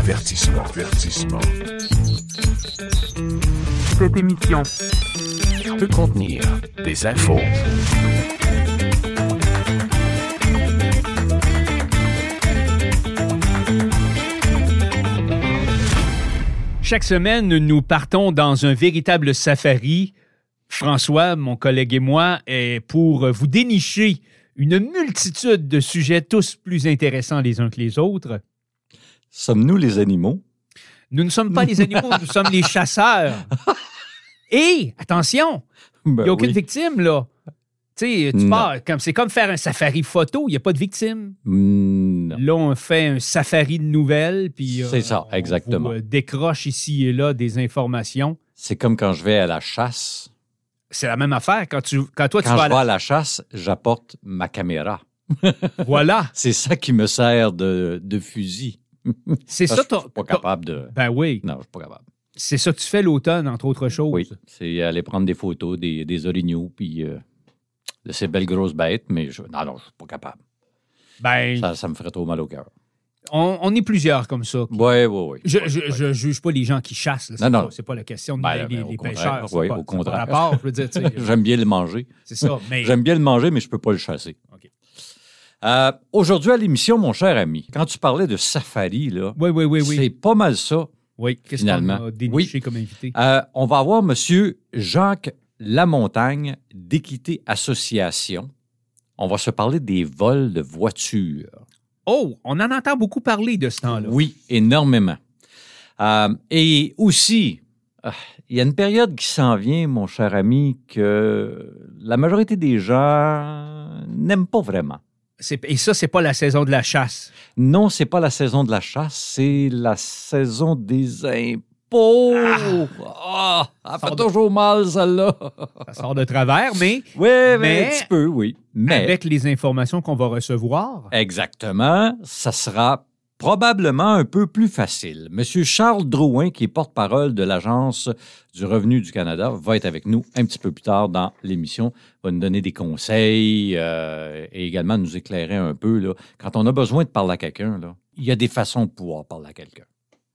Avertissement. Cette émission Peut contenir des infos. Chaque semaine, nous partons dans un véritable safari. François, mon collègue et moi, pour vous dénicher une multitude de sujets tous plus intéressants les uns que les autres. Sommes-nous les animaux? Nous ne sommes pas les animaux, nous sommes les chasseurs. Et, attention, il n'y a aucune victime, là. Tu sais, pars, c'est comme faire un safari photo, il n'y a pas de victime. Non. Là, on fait un safari de nouvelles, puis c'est ça, exactement. On décroche ici et là des informations. C'est comme quand je vais à la chasse. C'est la même affaire. Quand toi, Quand tu vas je vais à la chasse, j'apporte ma caméra. Voilà. C'est ça qui me sert de fusil. C'est ça, je suis pas capable de... Ben oui. Non, je suis pas capable. C'est ça que tu fais l'automne, entre autres choses. Oui, c'est aller prendre des photos des orignaux, puis de ces belles grosses bêtes, mais je suis pas capable. Ben, Ça me ferait trop mal au cœur. on est plusieurs comme ça. Oui. Je juge pas les gens qui chassent. Là. Non. C'est pas la question de les contraire. pêcheurs. Oui, pas, au contraire. Pas rapport, je veux dire, J'aime bien le manger. C'est ça. Mais... J'aime bien le manger, mais je peux pas le chasser. OK. Aujourd'hui à l'émission, mon cher ami, quand tu parlais de safari, là, Oui. c'est pas mal ça. Oui, qu'est-ce finalement. qu'on a déniché comme invité? On va avoir M. Jacques Lamontagne d'Équité Association. On va se parler des vols de voitures. Oh, on en entend beaucoup parler de ce temps-là. Oui, énormément. Et aussi, il y a une période qui s'en vient, mon cher ami, que la majorité des gens n'aiment pas vraiment. Et ça, c'est pas la saison de la chasse. Non, c'est pas la saison de la chasse, c'est la saison des impôts. Ça fait toujours mal, celle-là. Ça sort de travers, mais... Oui, mais un petit peu, oui. Mais avec les informations qu'on va recevoir... Exactement, ça sera probablement un peu plus facile. Monsieur Charles Drouin, qui est porte-parole de l'Agence du revenu du Canada, va être avec nous un petit peu plus tard dans l'émission, va nous donner des conseils et également nous éclairer un peu. Là, quand on a besoin de parler à quelqu'un, là, il y a des façons de pouvoir parler à quelqu'un.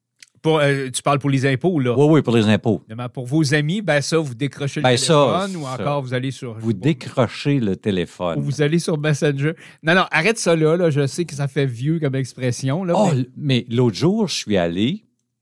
Tu parles pour les impôts, là? Oui, pour les impôts. Pour vos amis, ça, vous décrochez le téléphone ou encore vous allez sur... Vous décrochez le téléphone. Ou vous allez sur Messenger. Non, arrête ça là. Je sais que ça fait vieux comme expression. Là, mais l'autre jour, je suis allé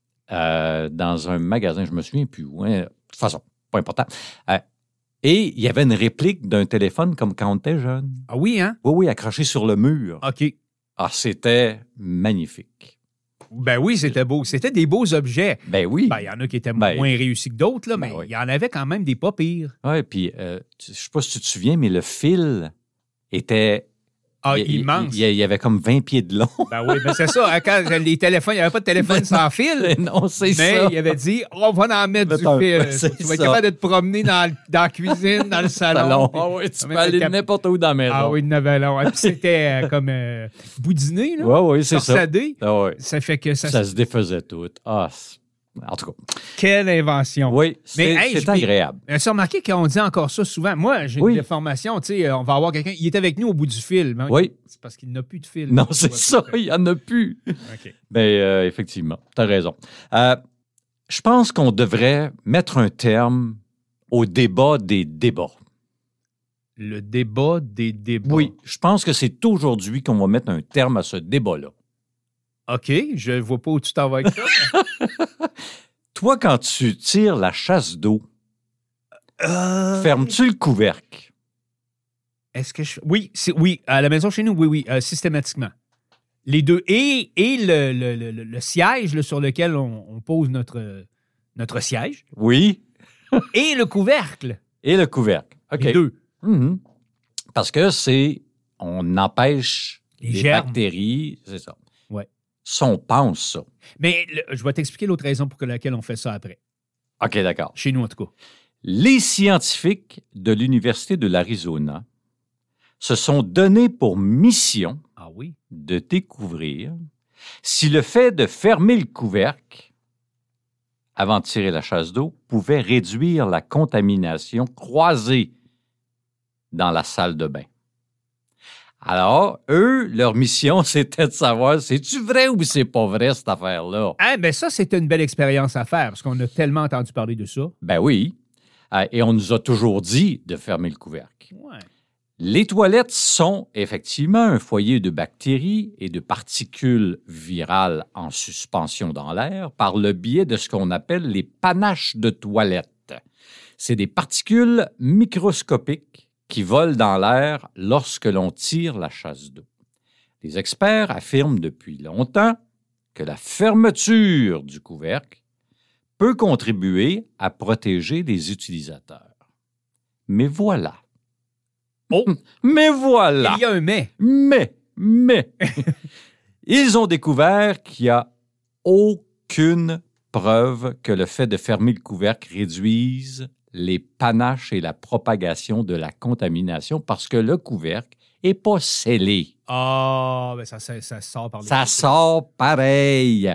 dans un magasin, je me souviens plus où. De toute façon, pas important. Et il y avait une réplique d'un téléphone comme quand on était jeune. Ah oui, hein? Oui, accroché sur le mur. OK. Ah, c'était magnifique. Ben oui, c'était beau. C'était des beaux objets. Ben oui. Il y en a qui étaient moins réussis que d'autres, là, mais il y en avait quand même des pas pires. Oui, puis je sais pas si tu te souviens, mais le fil était... immense. Il y avait comme 20 pieds de long. Ben oui, c'est ça. Hein, quand les téléphones, il n'y avait pas de téléphone sans fil. Non, c'est ça. Mais il avait dit, on va en mettre du fil. Tu vas être capable de te promener dans la cuisine, dans le salon. Ah oui, tu peux aller n'importe où dans la maison. Ah oui, il y en avait long. Puis c'était comme boudiné, là. Oui, c'est ça. Ah, oui. Ça fait que ça se défaisait tout. En tout cas. Quelle invention. Oui, c'est agréable. Tu as remarqué qu'on dit encore ça souvent. Moi, j'ai une déformation, tu sais, on va avoir quelqu'un, il est avec nous au bout du fil. Hein? Oui. C'est parce qu'il n'a plus de fil. Non, c'est ça, il n'y en a plus. OK. Bien, effectivement, tu as raison. Je pense qu'on devrait mettre un terme au débat des débats. Le débat des débats. Oui, je pense que c'est aujourd'hui qu'on va mettre un terme à ce débat-là. OK, je ne vois pas où tu t'en vas avec ça. Toi, quand tu tires la chasse d'eau, fermes-tu le couvercle? Est-ce que oui, à la maison chez nous, oui, systématiquement. Les deux. Et le siège là, sur lequel on pose notre siège. Oui. Et le couvercle. Et le couvercle. OK. Les deux. Mm-hmm. Parce que on empêche les bactéries, c'est ça. Ouais. Si on pense ça. Mais je vais t'expliquer l'autre raison pour laquelle on fait ça après. OK, d'accord. Chez nous, en tout cas. Les scientifiques de l'Université de l'Arizona se sont donnés pour mission de découvrir si le fait de fermer le couvercle avant de tirer la chasse d'eau pouvait réduire la contamination croisée dans la salle de bain. Alors, eux, leur mission, c'était de savoir, c'est-tu vrai ou c'est pas vrai, cette affaire-là? Ah, ben ça, c'est une belle expérience à faire parce qu'on a tellement entendu parler de ça. Ben oui. Et on nous a toujours dit de fermer le couvercle. Ouais. Les toilettes sont effectivement un foyer de bactéries et de particules virales en suspension dans l'air par le biais de ce qu'on appelle les panaches de toilette. C'est des particules microscopiques qui volent dans l'air lorsque l'on tire la chasse d'eau. Les experts affirment depuis longtemps que la fermeture du couvercle peut contribuer à protéger les utilisateurs. Mais voilà. Oh! Mais voilà! Il y a un mais. Mais, ils ont découvert qu'il n'y a aucune preuve que le fait de fermer le couvercle réduise les panaches et la propagation de la contamination parce que le couvercle n'est pas scellé. Ah, ben ça sort par les Ça sort pareil.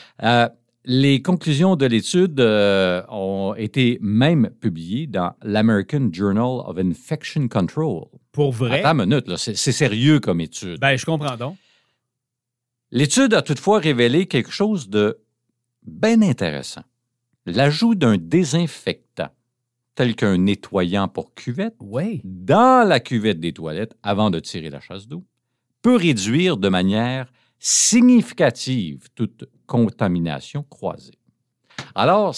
Les conclusions de l'étude ont été même publiées dans l'American Journal of Infection Control. Pour vrai? Attends une minute, là, c'est sérieux comme étude. Ben, je comprends donc. L'étude a toutefois révélé quelque chose de bien intéressant. L'ajout d'un désinfectant, tel qu'un nettoyant pour cuvette, Oui. dans la cuvette des toilettes avant de tirer la chasse d'eau, peut réduire de manière significative toute contamination croisée. Alors,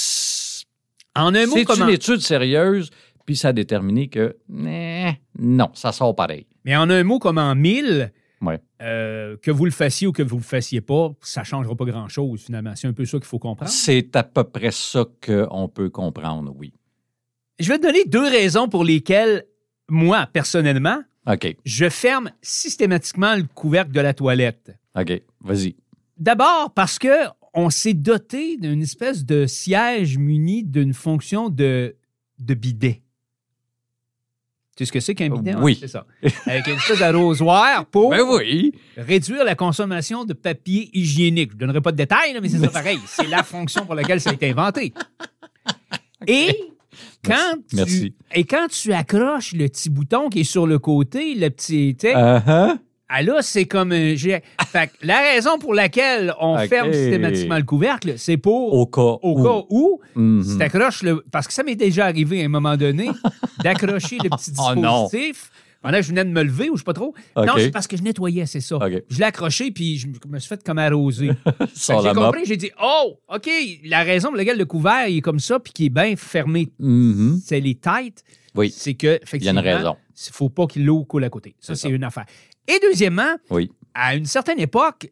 En un mot, c'est comment... une étude sérieuse, puis ça a déterminé que non, ça sort pareil. Mais en un mot, comme en 1000, Ouais. que vous le fassiez ou que vous le fassiez pas, ça ne changera pas grand-chose, finalement. C'est un peu ça qu'il faut comprendre. C'est à peu près ça qu'on peut comprendre, oui. Je vais te donner 2 raisons pour lesquelles, moi, personnellement, OK, je ferme systématiquement le couvercle de la toilette. OK, vas-y. D'abord parce que on s'est doté d'une espèce de siège muni d'une fonction de bidet. Tu sais ce que c'est qu'un bidet? Oui. C'est ça. Avec une espèce d'arrosoir pour Ben oui. réduire la consommation de papier hygiénique. Je ne donnerai pas de détails, là, mais c'est ça pareil. C'est la fonction pour laquelle ça a été inventé. Et quand tu accroches le petit bouton qui est sur le côté, le petit... Ah là, c'est comme un jet. Fait que la raison pour laquelle on OK. ferme systématiquement le couvercle, c'est pour, Au cas où, Mhm. si t'accroches le... Parce que ça m'est déjà arrivé à un moment donné, d'accrocher le petit Oh non. dispositif pendant que je venais de me lever ou je sais pas trop. OK. Non, c'est parce que je nettoyais, c'est ça. OK. Je l'ai accroché puis je me suis fait comme arroser. Sans J'ai la mop. compris, j'ai dit, oh, OK, la raison pour laquelle le couvert il est comme ça puis qu'il est bien fermé, Mhm. c'est les têtes, Oui, c'est que, il y a une raison. il faut pas qu'il l'eau coule à côté. Ça, C'est c'est ça. une affaire. Et deuxièmement, Oui. à une certaine époque,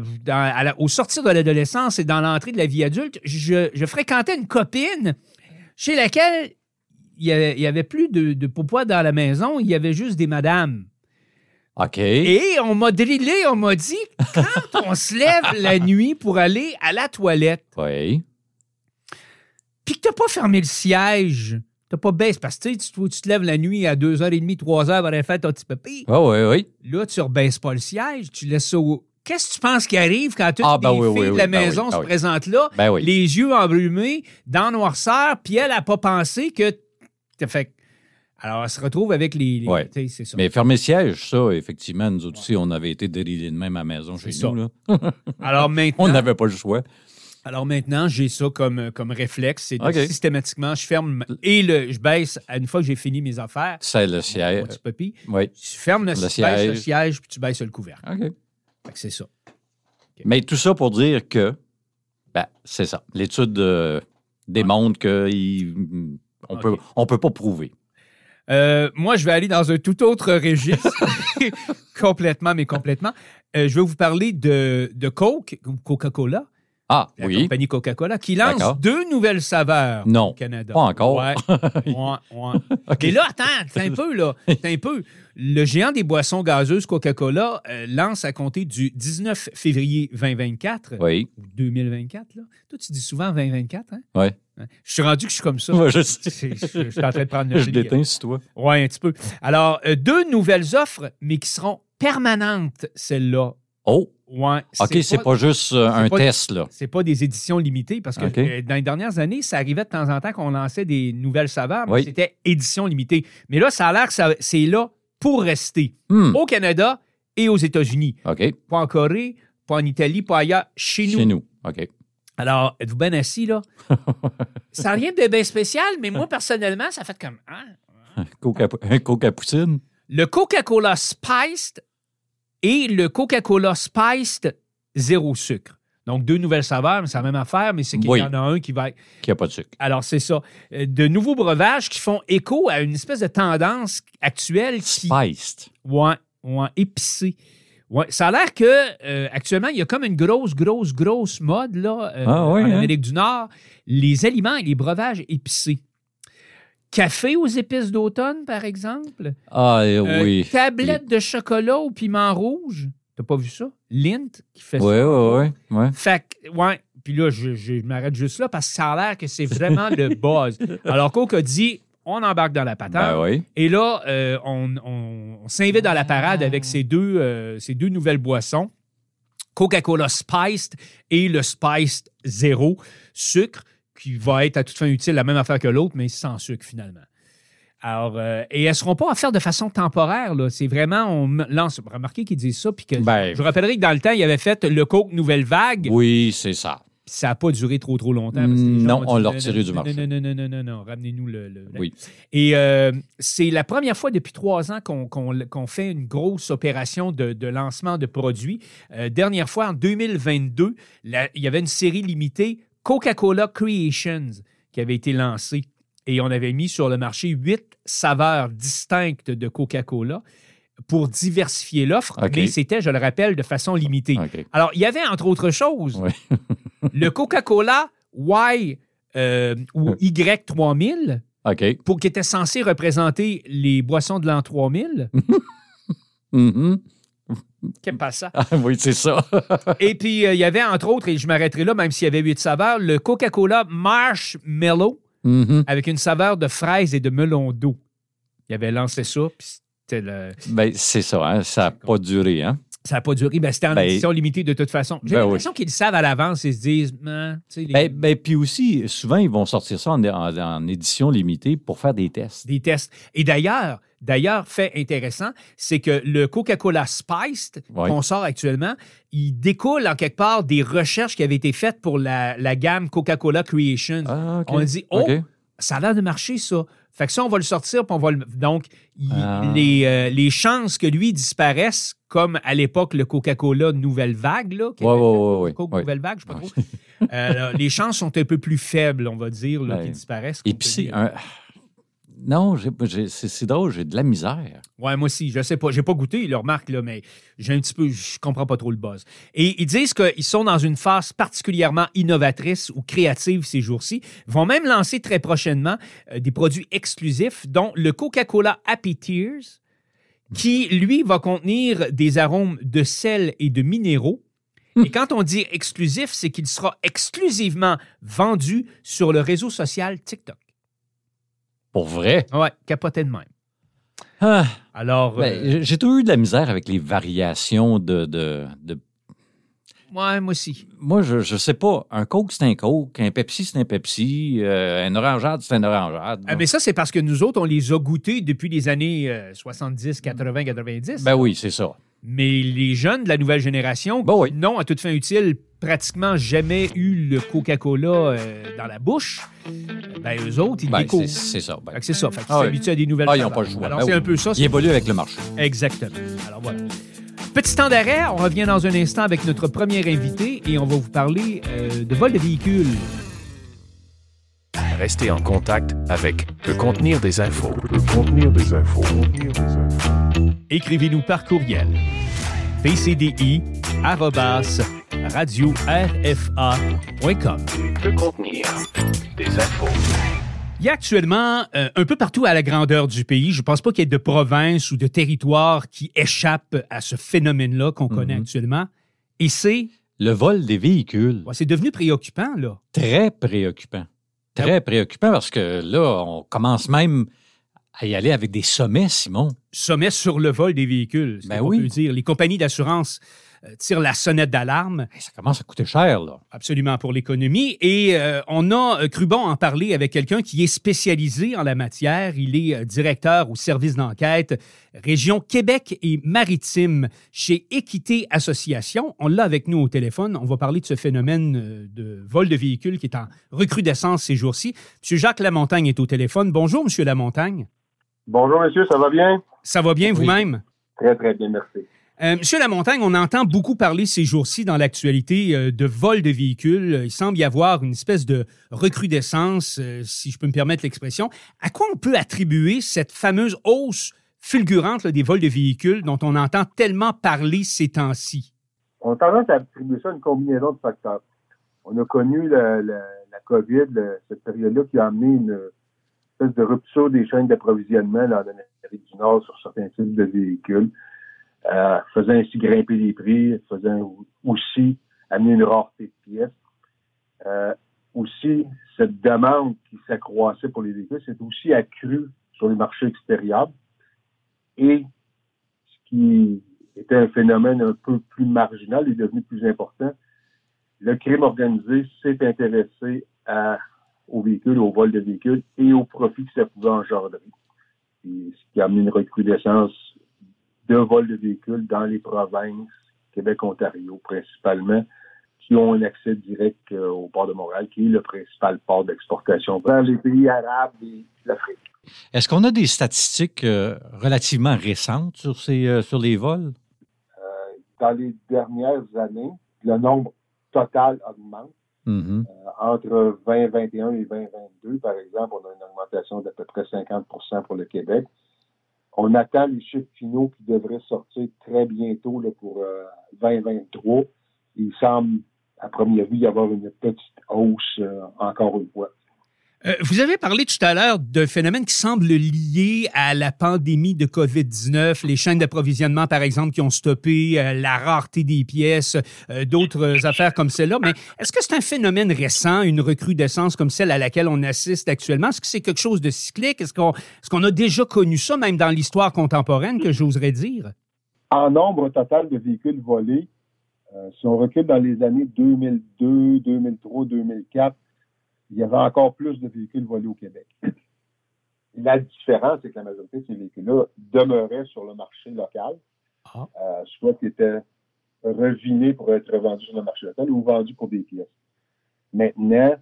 au sortir de l'adolescence et dans l'entrée de la vie adulte, je fréquentais une copine chez laquelle il y avait plus de popois dans la maison, il y avait juste des madames. OK. Et on m'a drillé, on m'a dit, quand on se lève la nuit pour aller à la toilette, Oui. puis que t'as pas fermé le siège, t'as pas baissé, parce que tu te lèves la nuit à 2h30, 3h pour aller faire ton petit papier. Oui. Là, tu rebaisses pas le siège, tu laisses ça au... Qu'est-ce que tu penses qui arrive quand toutes Ah, ben les oui, filles oui, de oui, la ben oui, maison ben se oui. présentent là, Ben oui. les yeux embrumés, dans la noirceur, puis elle n'a pas pensé que... Fait... Alors, elle se retrouve avec les Ouais. tu sais, c'est ça. Mais fermer siège, ça, effectivement, nous autres aussi, on avait été drillés de même à la maison chez C'est nous. Là. Alors On maintenant, n'avait pas le choix. j'ai ça comme réflexe. C'est de OK. systématiquement, je ferme et je baisse, une fois que j'ai fini mes affaires, C'est le mon siège. petit papy, Oui. tu fermes Le tu baisses siège. le siège, puis tu baisses le couvercle. OK. Fait que c'est ça. Mais tout ça pour dire que, c'est ça. L'étude démontre qu'on OK. on peut pas prouver. Moi, je vais aller dans un tout autre registre. complètement. Je vais vous parler de Coke, ou Coca-Cola, Ah, la oui. compagnie Coca-Cola, qui lance D'accord. 2 nouvelles saveurs Non, au Canada. pas encore. Ouais. OK. Et là, attends, c'est un peu. Le géant des boissons gazeuses Coca-Cola lance à compter du 19 février 2024, Oui. ou 2024, là. Toi, tu dis souvent 2024, hein? Oui. Je suis rendu que je suis comme ça. Ouais, je sais. Je suis en train de prendre le Je l'éteins sur toi. Oui, un petit peu. Alors, 2 nouvelles offres, mais qui seront permanentes, celles-là. Oh, Ouais, OK, c'est pas juste un pas- test, là. c'est pas des éditions limitées, parce que OK. dans les dernières années, ça arrivait de temps en temps qu'on lançait des nouvelles saveurs, mais Oui. c'était édition limitée. Mais là, ça a l'air que c'est là pour rester au Canada et aux États-Unis. OK. Pas en Corée, pas en Italie, pas ailleurs, chez nous. Chez nous. OK. Alors, êtes-vous bien assis, là? Ça n'a rien de bien spécial, mais moi, personnellement, ça fait comme... Hein? Un Coca Poutine. Le Coca-Cola Spiced et le Coca-Cola Spiced zéro sucre. Donc, 2 nouvelles saveurs, mais c'est la même affaire, mais c'est qu'il y en a un qui va... Qui n'a pas de sucre. Alors, c'est ça. De nouveaux breuvages qui font écho à une espèce de tendance actuelle qui... Spiced. Ouais, épicé. Ouais, ça a l'air que actuellement, il y a comme une grosse mode là, en Amérique du Nord. Les aliments et les breuvages épicés. Café aux épices d'automne, par exemple. Ah, oui. Tablette de chocolat au piment rouge. T'as pas vu ça? Lint qui fait ça. Oui. Fait que, ouais. Puis là, je m'arrête juste là parce que ça a l'air que c'est vraiment le buzz. Alors, Coke a dit, on embarque dans la patente. Ben oui. Et là, on s'invite dans la parade avec ces deux nouvelles boissons. Coca-Cola Spiced et le Spiced Zéro sucre, qui va être à toute fin utile la même affaire que l'autre, mais sans sucre finalement. Alors, et elles ne seront pas offertes de façon temporaire. Là. C'est vraiment, on lance. Remarquez qu'ils disent ça. Puis que, je rappellerai que dans le temps, il avait fait le Coke Nouvelle Vague. Oui, c'est ça. Ça n'a pas duré trop longtemps. Non, on l'a retiré du marché. Non. Ramenez-nous le... Oui. Et c'est la première fois depuis 3 ans qu'on fait une grosse opération de lancement de produits. Dernière fois, en 2022, il y avait une série limitée Coca-Cola Creations qui avait été lancée. Et on avait mis sur le marché 8 saveurs distinctes de Coca-Cola pour diversifier l'offre, mais c'était, je le rappelle, de façon limitée. Okay. Alors, il y avait, entre autres choses, le Coca-Cola Y ou Y3000, qui était censé représenter les boissons de l'an 3000. Qu'est-ce que ça? Oui, c'est ça. Et puis, il y avait, entre autres, et je m'arrêterai là, même s'il y avait 8 saveurs, le Coca-Cola Marshmallow avec une saveur de fraise et de melon d'eau. Il avait lancé ça, puis c'était le... Ben, c'est ça, hein? Ça n'a pas duré, hein? Ça n'a pas duré. Ben, c'était en édition limitée de toute façon. J'ai l'impression qu'ils le savent à l'avance et se disent... Puis aussi, souvent, ils vont sortir ça en édition limitée pour faire des tests. Des tests. Et d'ailleurs, fait intéressant, c'est que le Coca-Cola Spiced qu'on sort actuellement, il découle en quelque part des recherches qui avaient été faites pour la gamme Coca-Cola Creations. On a dit, ça a l'air de marcher, ça. Fait que ça, on va le sortir, puis on va le... Donc, les chances que lui disparaisse, comme à l'époque le Coca-Cola Nouvelle Vague, là, Nouvelle Vague, je ne sais pas trop, les chances sont un peu plus faibles, on va dire, qu'il disparaisse. Et puis non, c'est drôle, j'ai de la misère. Ouais, moi aussi, je sais pas. J'ai pas goûté, le remarque, là, mais j'ai un petit peu, je comprends pas trop le buzz. Et ils disent qu'ils sont dans une phase particulièrement innovatrice ou créative ces jours-ci. Ils vont même lancer très prochainement des produits exclusifs, dont le Coca-Cola Happy Tears, qui, lui, va contenir des arômes de sel et de minéraux. Et quand on dit exclusif, c'est qu'il sera exclusivement vendu sur le réseau social TikTok. Pour vrai? Oui, capoté de même. Alors... j'ai toujours eu de la misère avec les variations de... Ouais, moi aussi. Moi, je sais pas. Un Coke, c'est un Coke. Un Pepsi, c'est un Pepsi. Un orangeade, c'est un orangeade. Mais ça, c'est parce que nous autres, on les a goûtés depuis les années 70, 80, 90. Ben oui, c'est ça. Mais les jeunes de la nouvelle génération, n'ont, à toute fin utile, pratiquement jamais eu le Coca-Cola dans la bouche, ben eux autres, ils découvrent. C'est ça. C'est ça. Fait qu'ils s'habituent à des nouvelles ils n'ont pas le choix. Alors, c'est un peu ça. Ils évoluent avec le marché. Exactement. Alors, voilà. Petit temps d'arrêt, on revient dans un instant avec notre premier invité et on va vous parler de vol de véhicules. Restez en contact avec Le Contenir des infos. Écrivez-nous par courriel. pcdi@radio-rfa.com. Le Contenir des infos. Il y a actuellement, un peu partout à la grandeur du pays, je ne pense pas qu'il y ait de province ou de territoire qui échappe à ce phénomène-là qu'on connaît actuellement. Et c'est... Le vol des véhicules. Ouais, c'est devenu préoccupant, là. Très préoccupant. Très préoccupant parce que là, on commence même à y aller avec des sommets, Simon. Sommets sur le vol des véhicules, c'est ce qu'on peut dire. Les compagnies d'assurance tire la sonnette d'alarme. Ça commence à coûter cher, là. Absolument, pour l'économie. Et on a cru bon en parler avec quelqu'un qui est spécialisé en la matière. Il est directeur au service d'enquête région Québec et Maritime chez Équité Association. On l'a avec nous au téléphone. On va parler de ce phénomène de vol de véhicules qui est en recrudescence ces jours-ci. M. Jacques Lamontagne est au téléphone. Bonjour, M. Lamontagne. Bonjour, monsieur, ça va bien? Ça va bien Oui. vous-même? Très, très bien, merci. Monsieur Lamontagne, on entend beaucoup parler ces jours-ci dans l'actualité de vol de véhicules. Il semble y avoir une espèce de recrudescence, si je peux me permettre l'expression. À quoi on peut attribuer cette fameuse hausse fulgurante là, des vols de véhicules dont on entend tellement parler ces temps-ci? On a tendance à attribuer ça à une combinaison de facteurs. On a connu la COVID, cette période-là qui a amené une espèce de rupture des chaînes d'approvisionnement là, en Amérique du Nord sur certains types de véhicules, faisant ainsi grimper les prix, faisant aussi amener une rareté de pièces. Aussi, cette demande qui s'accroissait pour les véhicules s'est aussi accrue sur les marchés extérieurs. Et ce qui était un phénomène un peu plus marginal est devenu plus important. Le crime organisé s'est intéressé aux véhicules, au vol de véhicules et au profit que ça pouvait engendrer. Et ce qui a amené une recrudescence de vol de véhicules dans les provinces, Québec, Ontario principalement, qui ont un accès direct au port de Montréal, qui est le principal port d'exportation vers les pays arabes et l'Afrique. Est-ce qu'on a des statistiques relativement récentes sur les vols? Dans les dernières années, le nombre total augmente. Mm-hmm. Entre 2021 et 2022, par exemple, on a une augmentation d'à peu près 50% pour le Québec. On attend les chiffres finaux qui devraient sortir très bientôt là, pour 2023. Il semble, à première vue, y avoir une petite hausse encore une fois. Vous avez parlé tout à l'heure d'un phénomène qui semble lié à la pandémie de COVID-19, les chaînes d'approvisionnement, par exemple, qui ont stoppé, la rareté des pièces, d'autres affaires comme celle-là. Mais est-ce que c'est un phénomène récent, une recrudescence comme celle à laquelle on assiste actuellement? Est-ce que c'est quelque chose de cyclique? Est-ce qu'on a déjà connu ça, même dans l'histoire contemporaine, que j'oserais dire? En nombre total de véhicules volés, si on recule dans les années 2002, 2003, 2004, il y avait encore plus de véhicules volés au Québec. La différence, c'est que la majorité de ces véhicules-là demeuraient sur le marché local, soit qui étaient revinés pour être vendus sur le marché local ou vendus pour des pièces. Maintenant,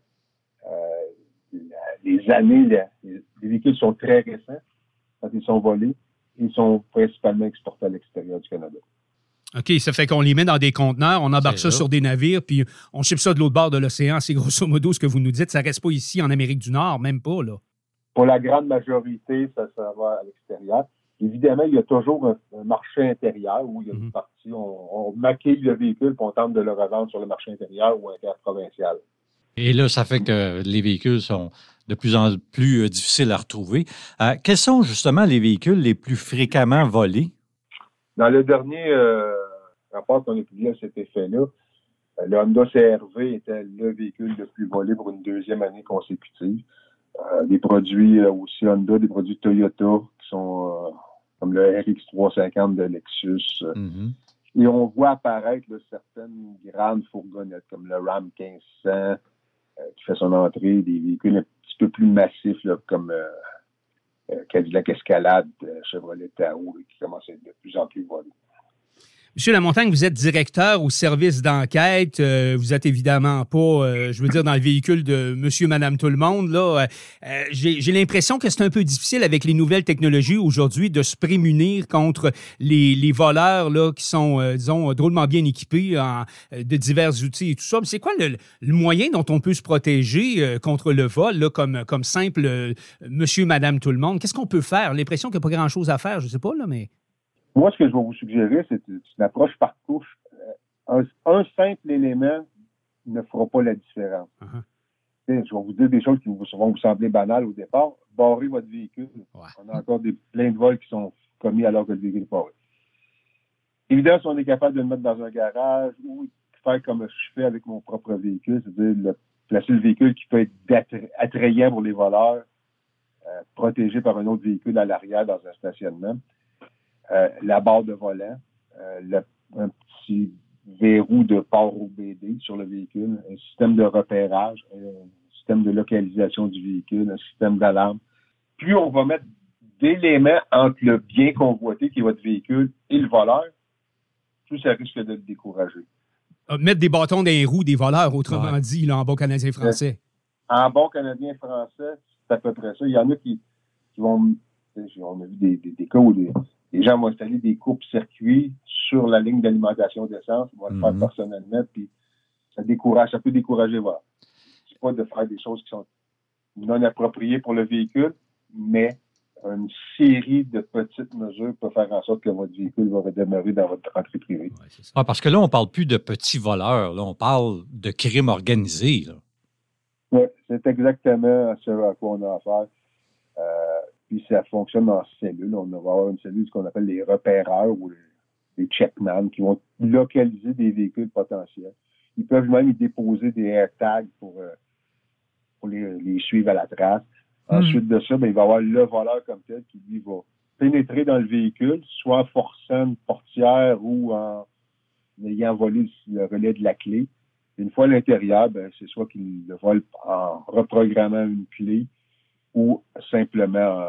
les véhicules sont très récents quand ils sont volés. Ils sont principalement exportés à l'extérieur du Canada. OK, ça fait qu'on les met dans des conteneurs, on embarque ça sur des navires, puis on ship ça de l'autre bord de l'océan. C'est grosso modo ce que vous nous dites. Ça reste pas ici en Amérique du Nord, même pas, là. Pour la grande majorité, ça va à l'extérieur. Évidemment, il y a toujours un marché intérieur où il y a une partie, on maquille le véhicule puis on tente de le revendre sur le marché intérieur ou interprovincial. Et là, ça fait que les véhicules sont de plus en plus difficiles à retrouver. Quels sont justement les véhicules les plus fréquemment volés? Dans le dernier rapport qu'on a publié à cet effet-là, le Honda CR-V était le véhicule le plus volé pour une deuxième année consécutive. Des produits aussi Honda, des produits Toyota qui sont comme le RX350 de Lexus. Et on voit apparaître là, certaines grandes fourgonnettes comme le Ram 1500 qui fait son entrée, des véhicules un petit peu plus massifs là, comme Cadillac Escalade, Chevrolet Tahoe, qui commencent à être de plus en plus volés. Monsieur Lamontagne, vous êtes directeur au service d'enquête. Vous êtes évidemment pas, je veux dire, dans le véhicule de monsieur, madame, tout le monde. Là, j'ai l'impression que c'est un peu difficile avec les nouvelles technologies aujourd'hui de se prémunir contre les voleurs là, qui sont, disons, drôlement bien équipés de divers outils et tout ça. Mais c'est quoi le moyen dont on peut se protéger contre le vol, là, comme simple monsieur, madame, tout le monde? Qu'est-ce qu'on peut faire? L'impression qu'il n'y a pas grand-chose à faire, je sais pas, là, mais... Moi, ce que je vais vous suggérer, c'est une approche par couche. Un simple élément ne fera pas la différence. Je vais vous dire des choses qui vont vous sembler banales au départ. Barrez votre véhicule. Ouais. On a encore plein de vols qui sont commis alors que le véhicule est barré. Évidemment, si on est capable de le mettre dans un garage ou faire comme je fais avec mon propre véhicule, c'est-à-dire placer le véhicule qui peut être attrayant pour les voleurs, protégé par un autre véhicule à l'arrière dans un stationnement. La barre de volant, un petit verrou de port OBD sur le véhicule, un système de repérage, un système de localisation du véhicule, un système d'alarme. Plus on va mettre d'éléments entre le bien convoité qui est votre véhicule et le voleur, plus ça risque de le décourager. Mettre des bâtons dans les roues des voleurs, autrement dit, là, en bon canadien-français. En bon canadien-français, c'est à peu près ça. Il y en a qui vont... On a vu des cas où les gens vont installer des coupes-circuits sur la ligne d'alimentation d'essence. Ils vont le faire personnellement, puis ça peut décourager. Voilà. C'est pas de faire des choses qui sont non appropriées pour le véhicule, mais une série de petites mesures peut faire en sorte que votre véhicule va demeurer dans votre entrée privée. Ouais, parce que là, on ne parle plus de petits voleurs. Là, on parle de crime organisé. Oui, c'est exactement ce à quoi on a affaire. Puis ça fonctionne en cellules. On va avoir une cellule, ce qu'on appelle les repéreurs ou les checkman, qui vont localiser des véhicules potentiels. Ils peuvent même y déposer des AirTags pour les suivre à la trace. Ensuite de ça, il va y avoir le voleur comme tel qui, lui, va pénétrer dans le véhicule, soit en forçant une portière ou en ayant volé le relais de la clé. Une fois à l'intérieur, c'est soit qu'il le vole en reprogrammant une clé ou simplement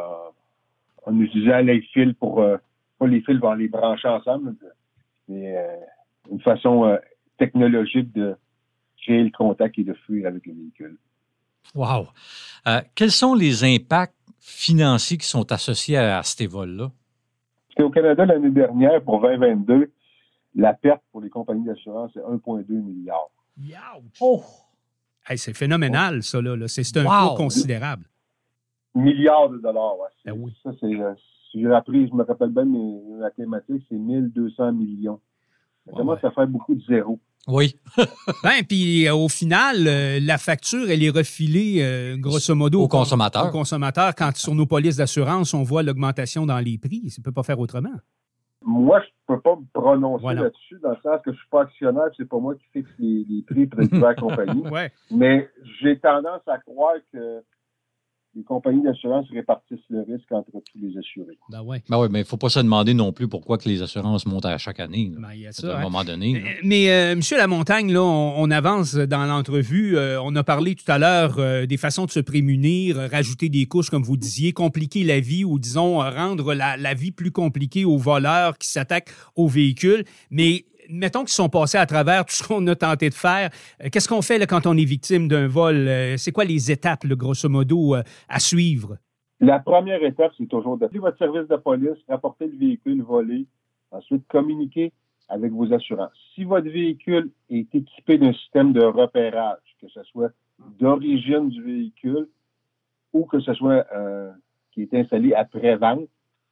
en utilisant les fils pas les fils, vont les brancher ensemble, mais une façon technologique de créer le contact et de fuir avec le véhicule. Wow! Quels sont les impacts financiers qui sont associés à ces vols-là? Au Canada, l'année dernière, pour 2022, la perte pour les compagnies d'assurance, c'est 1,2 milliard. Oh! Hey, c'est phénoménal, ça, là. C'est un coût considérable. Milliards de dollars, oui. Ben oui. Ça, si j'ai appris, je me rappelle bien mes mathématiques, c'est 1200 millions. Ça commence à faire beaucoup de zéros. Oui. Puis au final, la facture, elle est refilée grosso modo au consommateur. Au consommateur, quand sur nos polices d'assurance, on voit l'augmentation dans les prix. Ça ne peut pas faire autrement. Moi, je ne peux pas me prononcer là-dessus, dans le sens que je ne suis pas actionnaire, c'est pas moi qui fixe les prix pour les diverses compagnies. Mais j'ai tendance à croire que les compagnies d'assurance répartissent le risque entre tous les assurés. Ben oui, mais il ne faut pas se demander non plus pourquoi que les assurances montent à chaque année. Il y a ça, à un moment donné. Mais M. Lamontagne, là, on avance dans l'entrevue. On a parlé tout à l'heure des façons de se prémunir, rajouter des couches, comme vous disiez, compliquer la vie ou, disons, rendre la vie plus compliquée aux voleurs qui s'attaquent aux véhicules. Mais mettons qu'ils sont passés à travers tout ce qu'on a tenté de faire. Qu'est-ce qu'on fait là, quand on est victime d'un vol? C'est quoi les étapes, là, grosso modo, à suivre? La première étape, c'est toujours d'appeler votre service de police, rapporter le véhicule volé, ensuite communiquer avec vos assurances. Si votre véhicule est équipé d'un système de repérage, que ce soit d'origine du véhicule ou que ce soit qui est installé après-vente,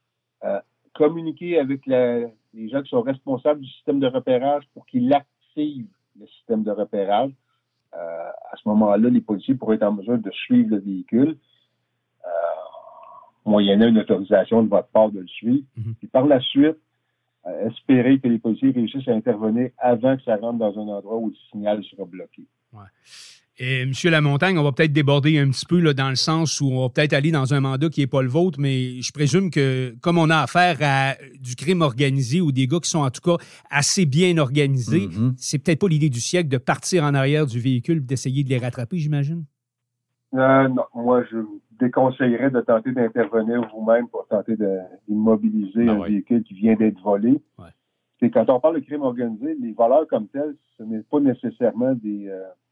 communiquer avec les gens qui sont responsables du système de repérage pour qu'ils activent le système de repérage. À ce moment-là, les policiers pourraient être en mesure de suivre le véhicule, moyennant une autorisation de votre part de le suivre. Puis par la suite, espérer que les policiers réussissent à intervenir avant que ça rentre dans un endroit où le signal sera bloqué. Ouais. Et M. Lamontagne, on va peut-être déborder un petit peu là, dans le sens où on va peut-être aller dans un mandat qui n'est pas le vôtre, mais je présume que comme on a affaire à du crime organisé ou des gars qui sont en tout cas assez bien organisés, c'est peut-être pas l'idée du siècle de partir en arrière du véhicule et d'essayer de les rattraper, j'imagine? Non, moi je déconseillerais de tenter d'intervenir vous-même pour tenter d'immobiliser un véhicule qui vient d'être volé. Ouais. C'est quand on parle de crime organisé, les voleurs comme tels, ce n'est pas nécessairement des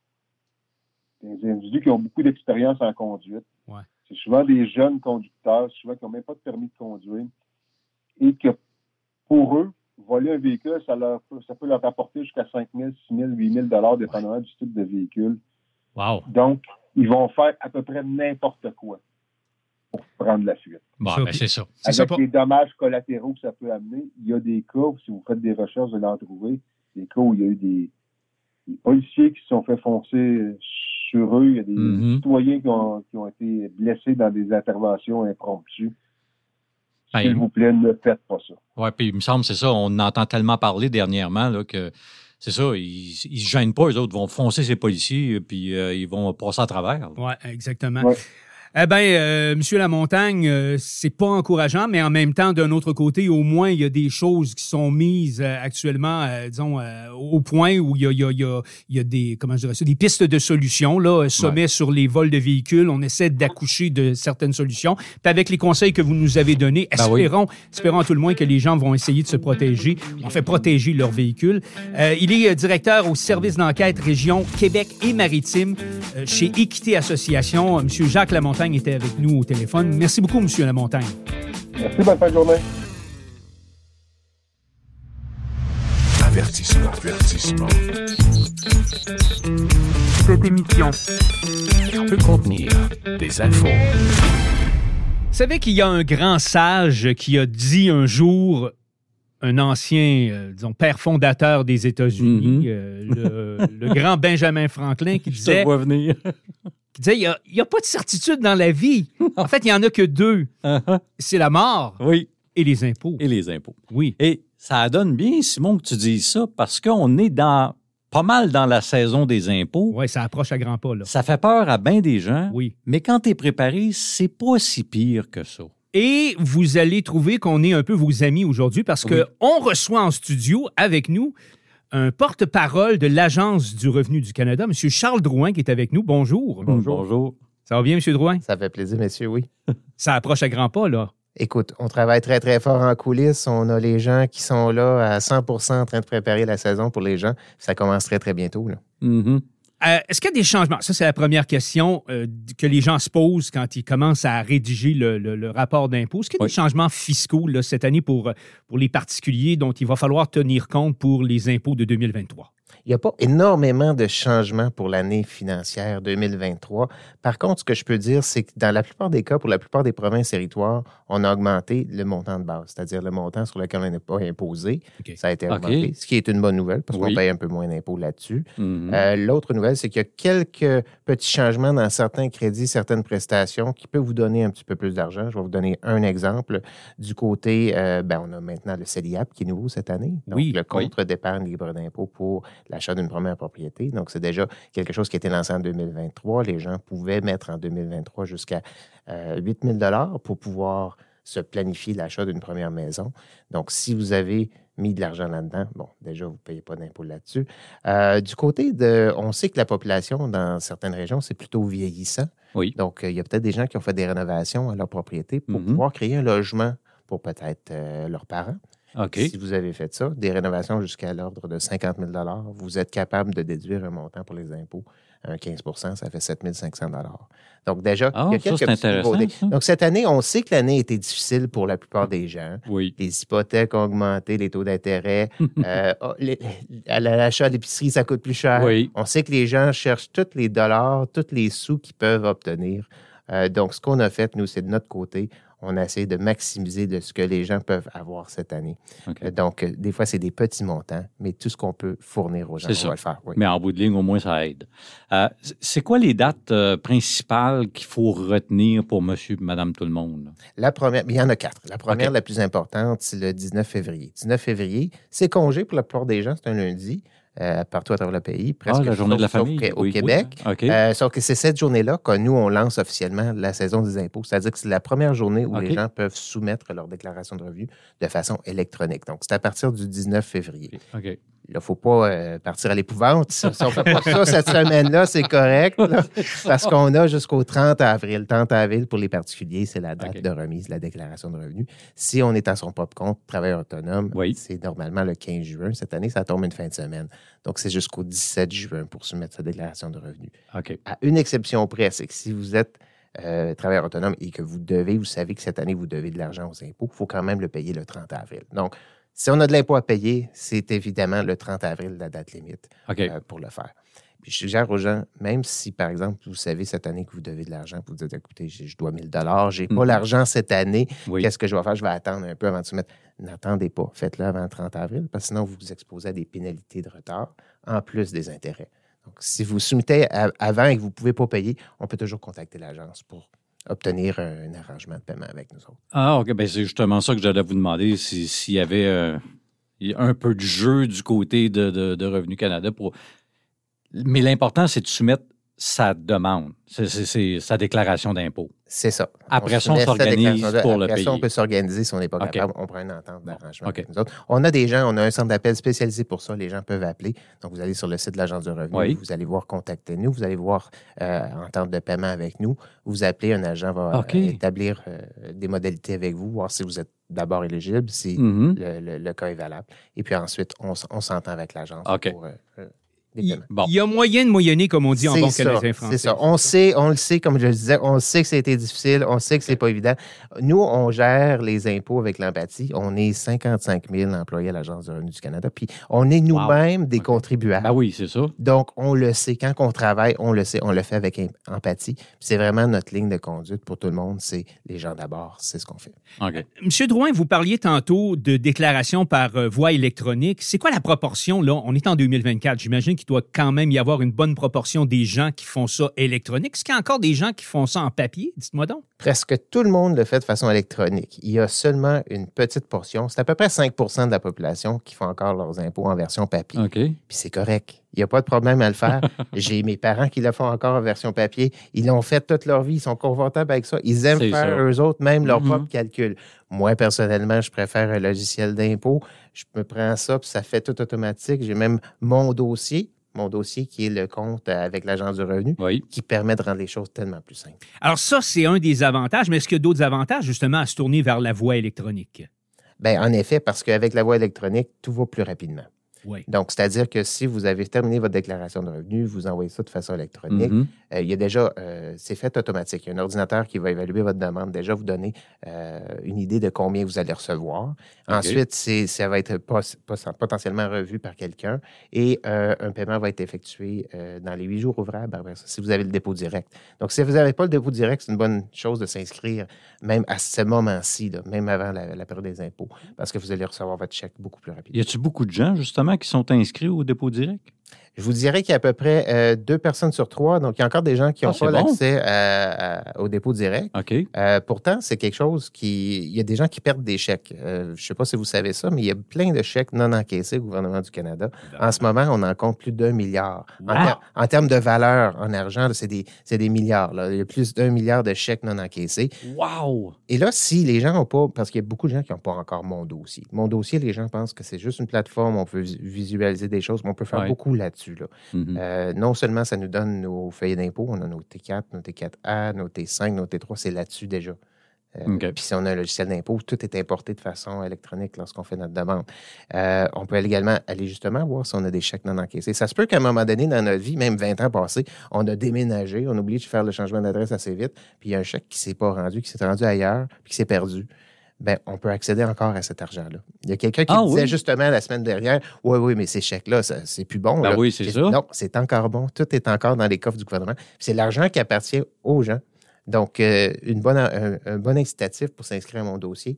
individus qui ont beaucoup d'expérience en conduite. Ouais. C'est souvent des jeunes conducteurs, souvent qui n'ont même pas de permis de conduire. Et que pour eux, voler un véhicule, ça peut leur rapporter jusqu'à 5 000, 6 000, 8 000 $ dépendamment du type de véhicule. Wow. Donc, ils vont faire à peu près n'importe quoi pour prendre la fuite. Bon, c'est ça. Avec les dommages collatéraux que ça peut amener, il y a des cas, si vous faites des recherches, vous allez en trouver, des cas où il y a eu des policiers qui se sont fait foncer sur eux, il y a des citoyens qui ont été blessés dans des interventions impromptues. S'il vous plaît, ne faites pas ça. Oui, puis il me semble, c'est ça, on entend tellement parler dernièrement là, que c'est ça, ils ne se gênent pas, eux autres vont foncer ces policiers, puis ils vont passer à travers. Oui, exactement. Ouais. Eh bien, Monsieur Lamontagne, c'est pas encourageant, mais en même temps, d'un autre côté, au moins, il y a des choses qui sont mises actuellement, disons, au point où il y a des, comment je dirais ça, des pistes de solutions, là, sommet sur les vols de véhicules. On essaie d'accoucher de certaines solutions. Puis avec les conseils que vous nous avez donnés, espérons à tout le moins que les gens vont essayer de se protéger. On fait protéger leurs véhicules. Il est directeur au service d'enquête région Québec et Maritime chez Équité Association. Monsieur Jacques Lamontagne était avec nous au téléphone. Merci beaucoup, Monsieur Lamontagne. Merci, bonne fin de journée. Avertissement. Cette émission Peut contenir des infos. Vous savez qu'il y a un grand sage qui a dit un jour, un ancien, disons, père fondateur des États-Unis, le grand Benjamin Franklin, qui Je te disait, vois venir. il n'y a pas de certitude dans la vie. En fait, il n'y en a que deux. C'est la mort Oui, et les impôts. et les impôts. Oui. Et ça donne bien, Simon, que tu dises ça, parce qu'on est pas mal dans la saison des impôts. Oui, ça approche à grands pas, là. Ça fait peur à bien des gens, Oui. mais quand tu es préparé, c'est pas si pire que ça. Et vous allez trouver qu'on est un peu vos amis aujourd'hui parce qu'on reçoit en studio avec nous un porte-parole de l'Agence du revenu du Canada, M. Charles Drouin, qui est avec nous. Bonjour. Bonjour. Ça va bien, M. Drouin? Ça fait plaisir, messieurs, oui. Ça approche à grands pas, là. Écoute, on travaille très, très fort en coulisses. On a les gens qui sont là à 100% en train de préparer la saison pour les gens. Ça commence très, très bientôt, là. Mhm. Est-ce qu'il y a des changements? Ça, c'est la première question que les gens se posent quand ils commencent à rédiger le rapport d'impôt. Est-ce qu'il y a des changements fiscaux là, cette année pour les particuliers dont il va falloir tenir compte pour les impôts de 2023? Il n'y a pas énormément de changements pour l'année financière 2023. Par contre, ce que je peux dire, c'est que dans la plupart des cas, pour la plupart des provinces et territoires, on a augmenté le montant de base, c'est-à-dire le montant sur lequel on n'est pas imposé. OK. Ça a été augmenté, ce qui est une bonne nouvelle parce qu'on paye un peu moins d'impôts là-dessus. L'autre nouvelle, c'est qu'il y a quelques petits changements dans certains crédits, certaines prestations qui peuvent vous donner un petit peu plus d'argent. Je vais vous donner un exemple. Du côté, on a maintenant le CELIAP qui est nouveau cette année. Donc, le compte d'épargne libre d'impôt pour l'achat d'une première propriété. Donc, c'est déjà quelque chose qui a été lancé en 2023. Les gens pouvaient mettre en 2023 jusqu'à 8 000 pour pouvoir se planifier l'achat d'une première maison. Donc, si vous avez mis de l'argent là-dedans, bon, déjà, vous ne payez pas d'impôt là-dessus. Du côté on sait que la population dans certaines régions, c'est plutôt vieillissant. Oui. Donc, il y a peut-être des gens qui ont fait des rénovations à leur propriété pour pouvoir créer un logement pour peut-être leurs parents. Okay. Si vous avez fait ça, des rénovations jusqu'à l'ordre de 50 000 vous êtes capable de déduire un montant pour les impôts. Un 15 ça fait 7 500 Donc déjà, il y a quelques petits nouveautés. Donc cette année, on sait que l'année a été difficile pour la plupart des gens. Oui. Les hypothèques ont augmenté, les taux d'intérêt. À l'achat à l'épicerie, ça coûte plus cher. Oui. On sait que les gens cherchent tous les dollars, tous les sous qu'ils peuvent obtenir. Donc ce qu'on a fait, nous, c'est de notre côté, on a essayé de maximiser de ce que les gens peuvent avoir cette année. Okay. Donc, des fois, c'est des petits montants, mais tout ce qu'on peut fournir aux gens, on va le faire. Oui. Mais en bout de ligne, au moins, ça aide. C'est quoi les dates principales qu'il faut retenir pour monsieur et madame tout le monde? La première, il y en a 4. La première, la plus importante, c'est le 19 février. 19 février, c'est congé pour la plupart des gens, c'est un lundi. Partout à travers le pays, presque la journée de la famille au Québec. Oui. Okay. Sauf que c'est cette journée-là que nous, on lance officiellement la saison des impôts. C'est-à-dire que c'est la première journée où les gens peuvent soumettre leur déclaration de revenus de façon électronique. Donc, c'est à partir du 19 février. Okay. Il ne faut pas partir à l'épouvante. Si on ne fait pas ça cette semaine-là, c'est correct. Là, parce qu'on a jusqu'au 30 avril. 30 avril, pour les particuliers, c'est la date de remise de la déclaration de revenus. Si on est à son propre compte, travailleur autonome, c'est normalement le 15 juin. Cette année, ça tombe une fin de semaine. Donc, c'est jusqu'au 17 juin pour soumettre sa déclaration de revenus. Okay. À une exception près, c'est que si vous êtes travailleur autonome et que vous savez que cette année, vous devez de l'argent aux impôts, il faut quand même le payer le 30 avril. Donc, si on a de l'impôt à payer, c'est évidemment le 30 avril la date limite pour le faire. Puis je suggère aux gens, même si, par exemple, vous savez cette année que vous devez de l'argent, vous dites, écoutez, je dois 1 000 je n'ai pas l'argent cette année, qu'est-ce que je vais faire? Je vais attendre un peu avant de soumettre. N'attendez pas, faites-le avant le 30 avril, parce que sinon, vous vous exposez à des pénalités de retard, en plus des intérêts. Donc, si vous soumettez avant et que vous ne pouvez pas payer, on peut toujours contacter l'agence pour obtenir un arrangement de paiement avec nous autres. Ah, OK. Bien, c'est justement ça que j'allais vous demander, s'il y avait un peu de jeu du côté de Revenu Canada. Mais l'important, c'est de soumettre sa demande, c'est sa déclaration d'impôt. C'est ça. Après ça, on s'organise pour le payer. Après ça, on peut s'organiser si on n'est pas capable. On prend une entente d'arrangement. OK. Nous autres. On a des gens, on a un centre d'appel spécialisé pour ça. Les gens peuvent appeler. Donc, vous allez sur le site de l'Agence du revenu. Oui. Vous allez voir Contactez-nous. Vous allez voir entente de paiement avec nous. Vous appelez, un agent va établir des modalités avec vous, voir si vous êtes d'abord éligible, si le cas est valable. Et puis ensuite, on s'entend avec l'agence pour Il y a moyen de moyenner, comme on dit en bon canadien français. C'est ça. On le sait, comme je le disais, on sait que ça a été difficile, on sait que c'est pas évident. Nous, on gère les impôts avec l'empathie. On est 55 000 employés à l'Agence du revenu du Canada, puis on est nous-mêmes des contribuables. Ben oui, c'est ça. Donc, on le sait. Quand on travaille, on le sait, on le fait avec empathie. Puis c'est vraiment notre ligne de conduite pour tout le monde, c'est les gens d'abord, c'est ce qu'on fait. OK. Monsieur Drouin, vous parliez tantôt de déclaration par voie électronique. C'est quoi la proportion, là? On est en 2024. J'imagine qu'il doit quand même y avoir une bonne proportion des gens qui font ça électronique. Est-ce qu'il y a encore des gens qui font ça en papier? Dites-moi donc. Presque tout le monde le fait de façon électronique. Il y a seulement une petite portion, c'est à peu près 5 de la population qui font encore leurs impôts en version papier. OK. Puis c'est correct. Il n'y a pas de problème à le faire. J'ai mes parents qui le font encore en version papier. Ils l'ont fait toute leur vie. Ils sont confortables avec ça. Ils aiment faire, eux autres, même leur propre calcul. Moi, personnellement, je préfère un logiciel d'impôt. Je me prends ça, puis ça fait tout automatique. J'ai même mon dossier qui est le compte avec l'Agence du revenu, qui permet de rendre les choses tellement plus simples. Alors ça, c'est un des avantages, mais est-ce qu'il y a d'autres avantages, justement, à se tourner vers la voie électronique? Bien, en effet, parce qu'avec la voie électronique, tout va plus rapidement. Oui. Donc, c'est-à-dire que si vous avez terminé votre déclaration de revenus, vous envoyez ça de façon électronique. Il y a déjà, c'est fait automatique. Il y a un ordinateur qui va évaluer votre demande, déjà vous donner une idée de combien vous allez recevoir. Ensuite, ça va être potentiellement revu par quelqu'un et un paiement va être effectué dans les 8 jours ouvrables après ça, si vous avez le dépôt direct. Donc, si vous n'avez pas le dépôt direct, c'est une bonne chose de s'inscrire même à ce moment-ci, là, même avant la période des impôts, parce que vous allez recevoir votre chèque beaucoup plus rapidement. Y a-t-il beaucoup de gens, justement, qui sont inscrits au dépôt direct? Je vous dirais qu'il y a à peu près 2 personnes sur 3. Donc, il y a encore des gens qui n'ont pas l'accès au dépôt direct. OK. Pourtant, c'est quelque chose Il y a des gens qui perdent des chèques. Je ne sais pas si vous savez ça, mais il y a plein de chèques non encaissés au gouvernement du Canada. En ce moment, on en compte plus d'1 milliard. Wow. En termes de valeur en argent, là, c'est des milliards. Là. Il y a plus d'1 milliard de chèques non encaissés. Wow! Et là, si les gens n'ont pas... Parce qu'il y a beaucoup de gens qui n'ont pas encore Mon Dossier. Mon Dossier, les gens pensent que c'est juste une plateforme, on peut visualiser des choses, mais on peut faire beaucoup là-dessus. Là. Non seulement ça nous donne nos feuilles d'impôt, on a nos T4, nos T4A, nos T5, nos T3, c'est là-dessus déjà. Puis si on a un logiciel d'impôt, tout est importé de façon électronique lorsqu'on fait notre demande. On peut également aller justement voir si on a des chèques non encaissés. Ça se peut qu'à un moment donné dans notre vie, même 20 ans passés, on a déménagé, on a oublié de faire le changement d'adresse assez vite, puis il y a un chèque qui ne s'est pas rendu, qui s'est rendu ailleurs, puis qui s'est perdu. Bien, on peut accéder encore à cet argent-là. Il y a quelqu'un qui disait justement la semaine dernière, oui, mais ces chèques-là, c'est plus bon. Ben là. Oui, c'est ça. Non, c'est encore bon. Tout est encore dans les coffres du gouvernement. Puis c'est l'argent qui appartient aux gens. Donc, un bon incitatif pour s'inscrire à Mon Dossier,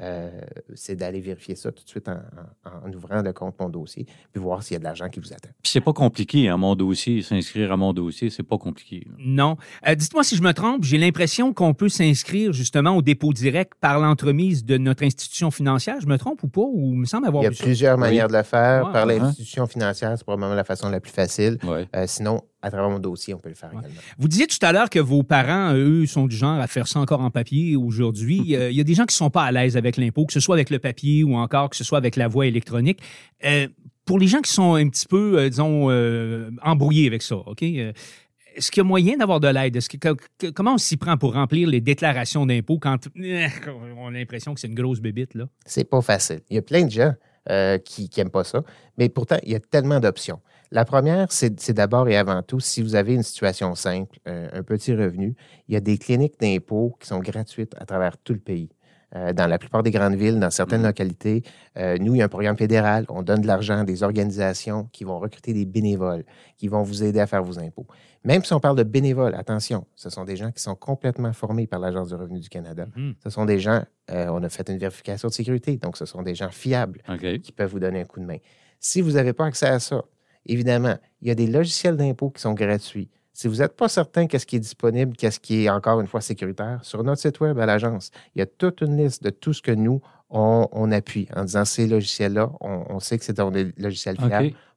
c'est d'aller vérifier ça tout de suite en ouvrant le compte Mon Dossier, puis voir s'il y a de l'argent qui vous attend. Puis c'est pas compliqué, hein, Mon Dossier, s'inscrire à Mon Dossier, c'est pas compliqué. Là. Non. Dites-moi si je me trompe, j'ai l'impression qu'on peut s'inscrire justement au dépôt direct par l'entremise de notre institution financière. Je me trompe ou pas? Ou il me semble avoir Il y a vu ça? plusieurs manières de le faire. Ouais, par l'institution financière, c'est probablement la façon la plus facile. Ouais. Sinon, à travers Mon Dossier, on peut le faire également. Vous disiez tout à l'heure que vos parents, eux, sont du genre à faire ça encore en papier aujourd'hui. Il y a des gens qui ne sont pas à l'aise avec l'impôt, que ce soit avec le papier ou encore que ce soit avec la voie électronique. Pour les gens qui sont un petit peu, embrouillés avec ça, OK? Est-ce qu'il y a moyen d'avoir de l'aide? Comment on s'y prend pour remplir les déclarations d'impôt quand on a l'impression que c'est une grosse bébite, là? C'est pas facile. Il y a plein de gens qui n'aiment pas ça, mais pourtant, il y a tellement d'options. La première, c'est d'abord et avant tout, si vous avez une situation simple, un petit revenu, il y a des cliniques d'impôt qui sont gratuites à travers tout le pays. Dans la plupart des grandes villes, dans certaines localités, nous, il y a un programme fédéral. On donne de l'argent à des organisations qui vont recruter des bénévoles, qui vont vous aider à faire vos impôts. Même si on parle de bénévoles, attention, ce sont des gens qui sont complètement formés par l'Agence du revenu du Canada. Ce sont des gens, on a fait une vérification de sécurité, donc ce sont des gens fiables qui peuvent vous donner un coup de main. Si vous n'avez pas accès à ça, évidemment, il y a des logiciels d'impôt qui sont gratuits. Si vous n'êtes pas certain qu'est-ce qui est disponible, qu'est-ce qui est encore une fois sécuritaire, sur notre site web à l'agence, il y a toute une liste de tout ce que nous, on appuie en disant ces logiciels-là, on sait que c'est des logiciels fiables.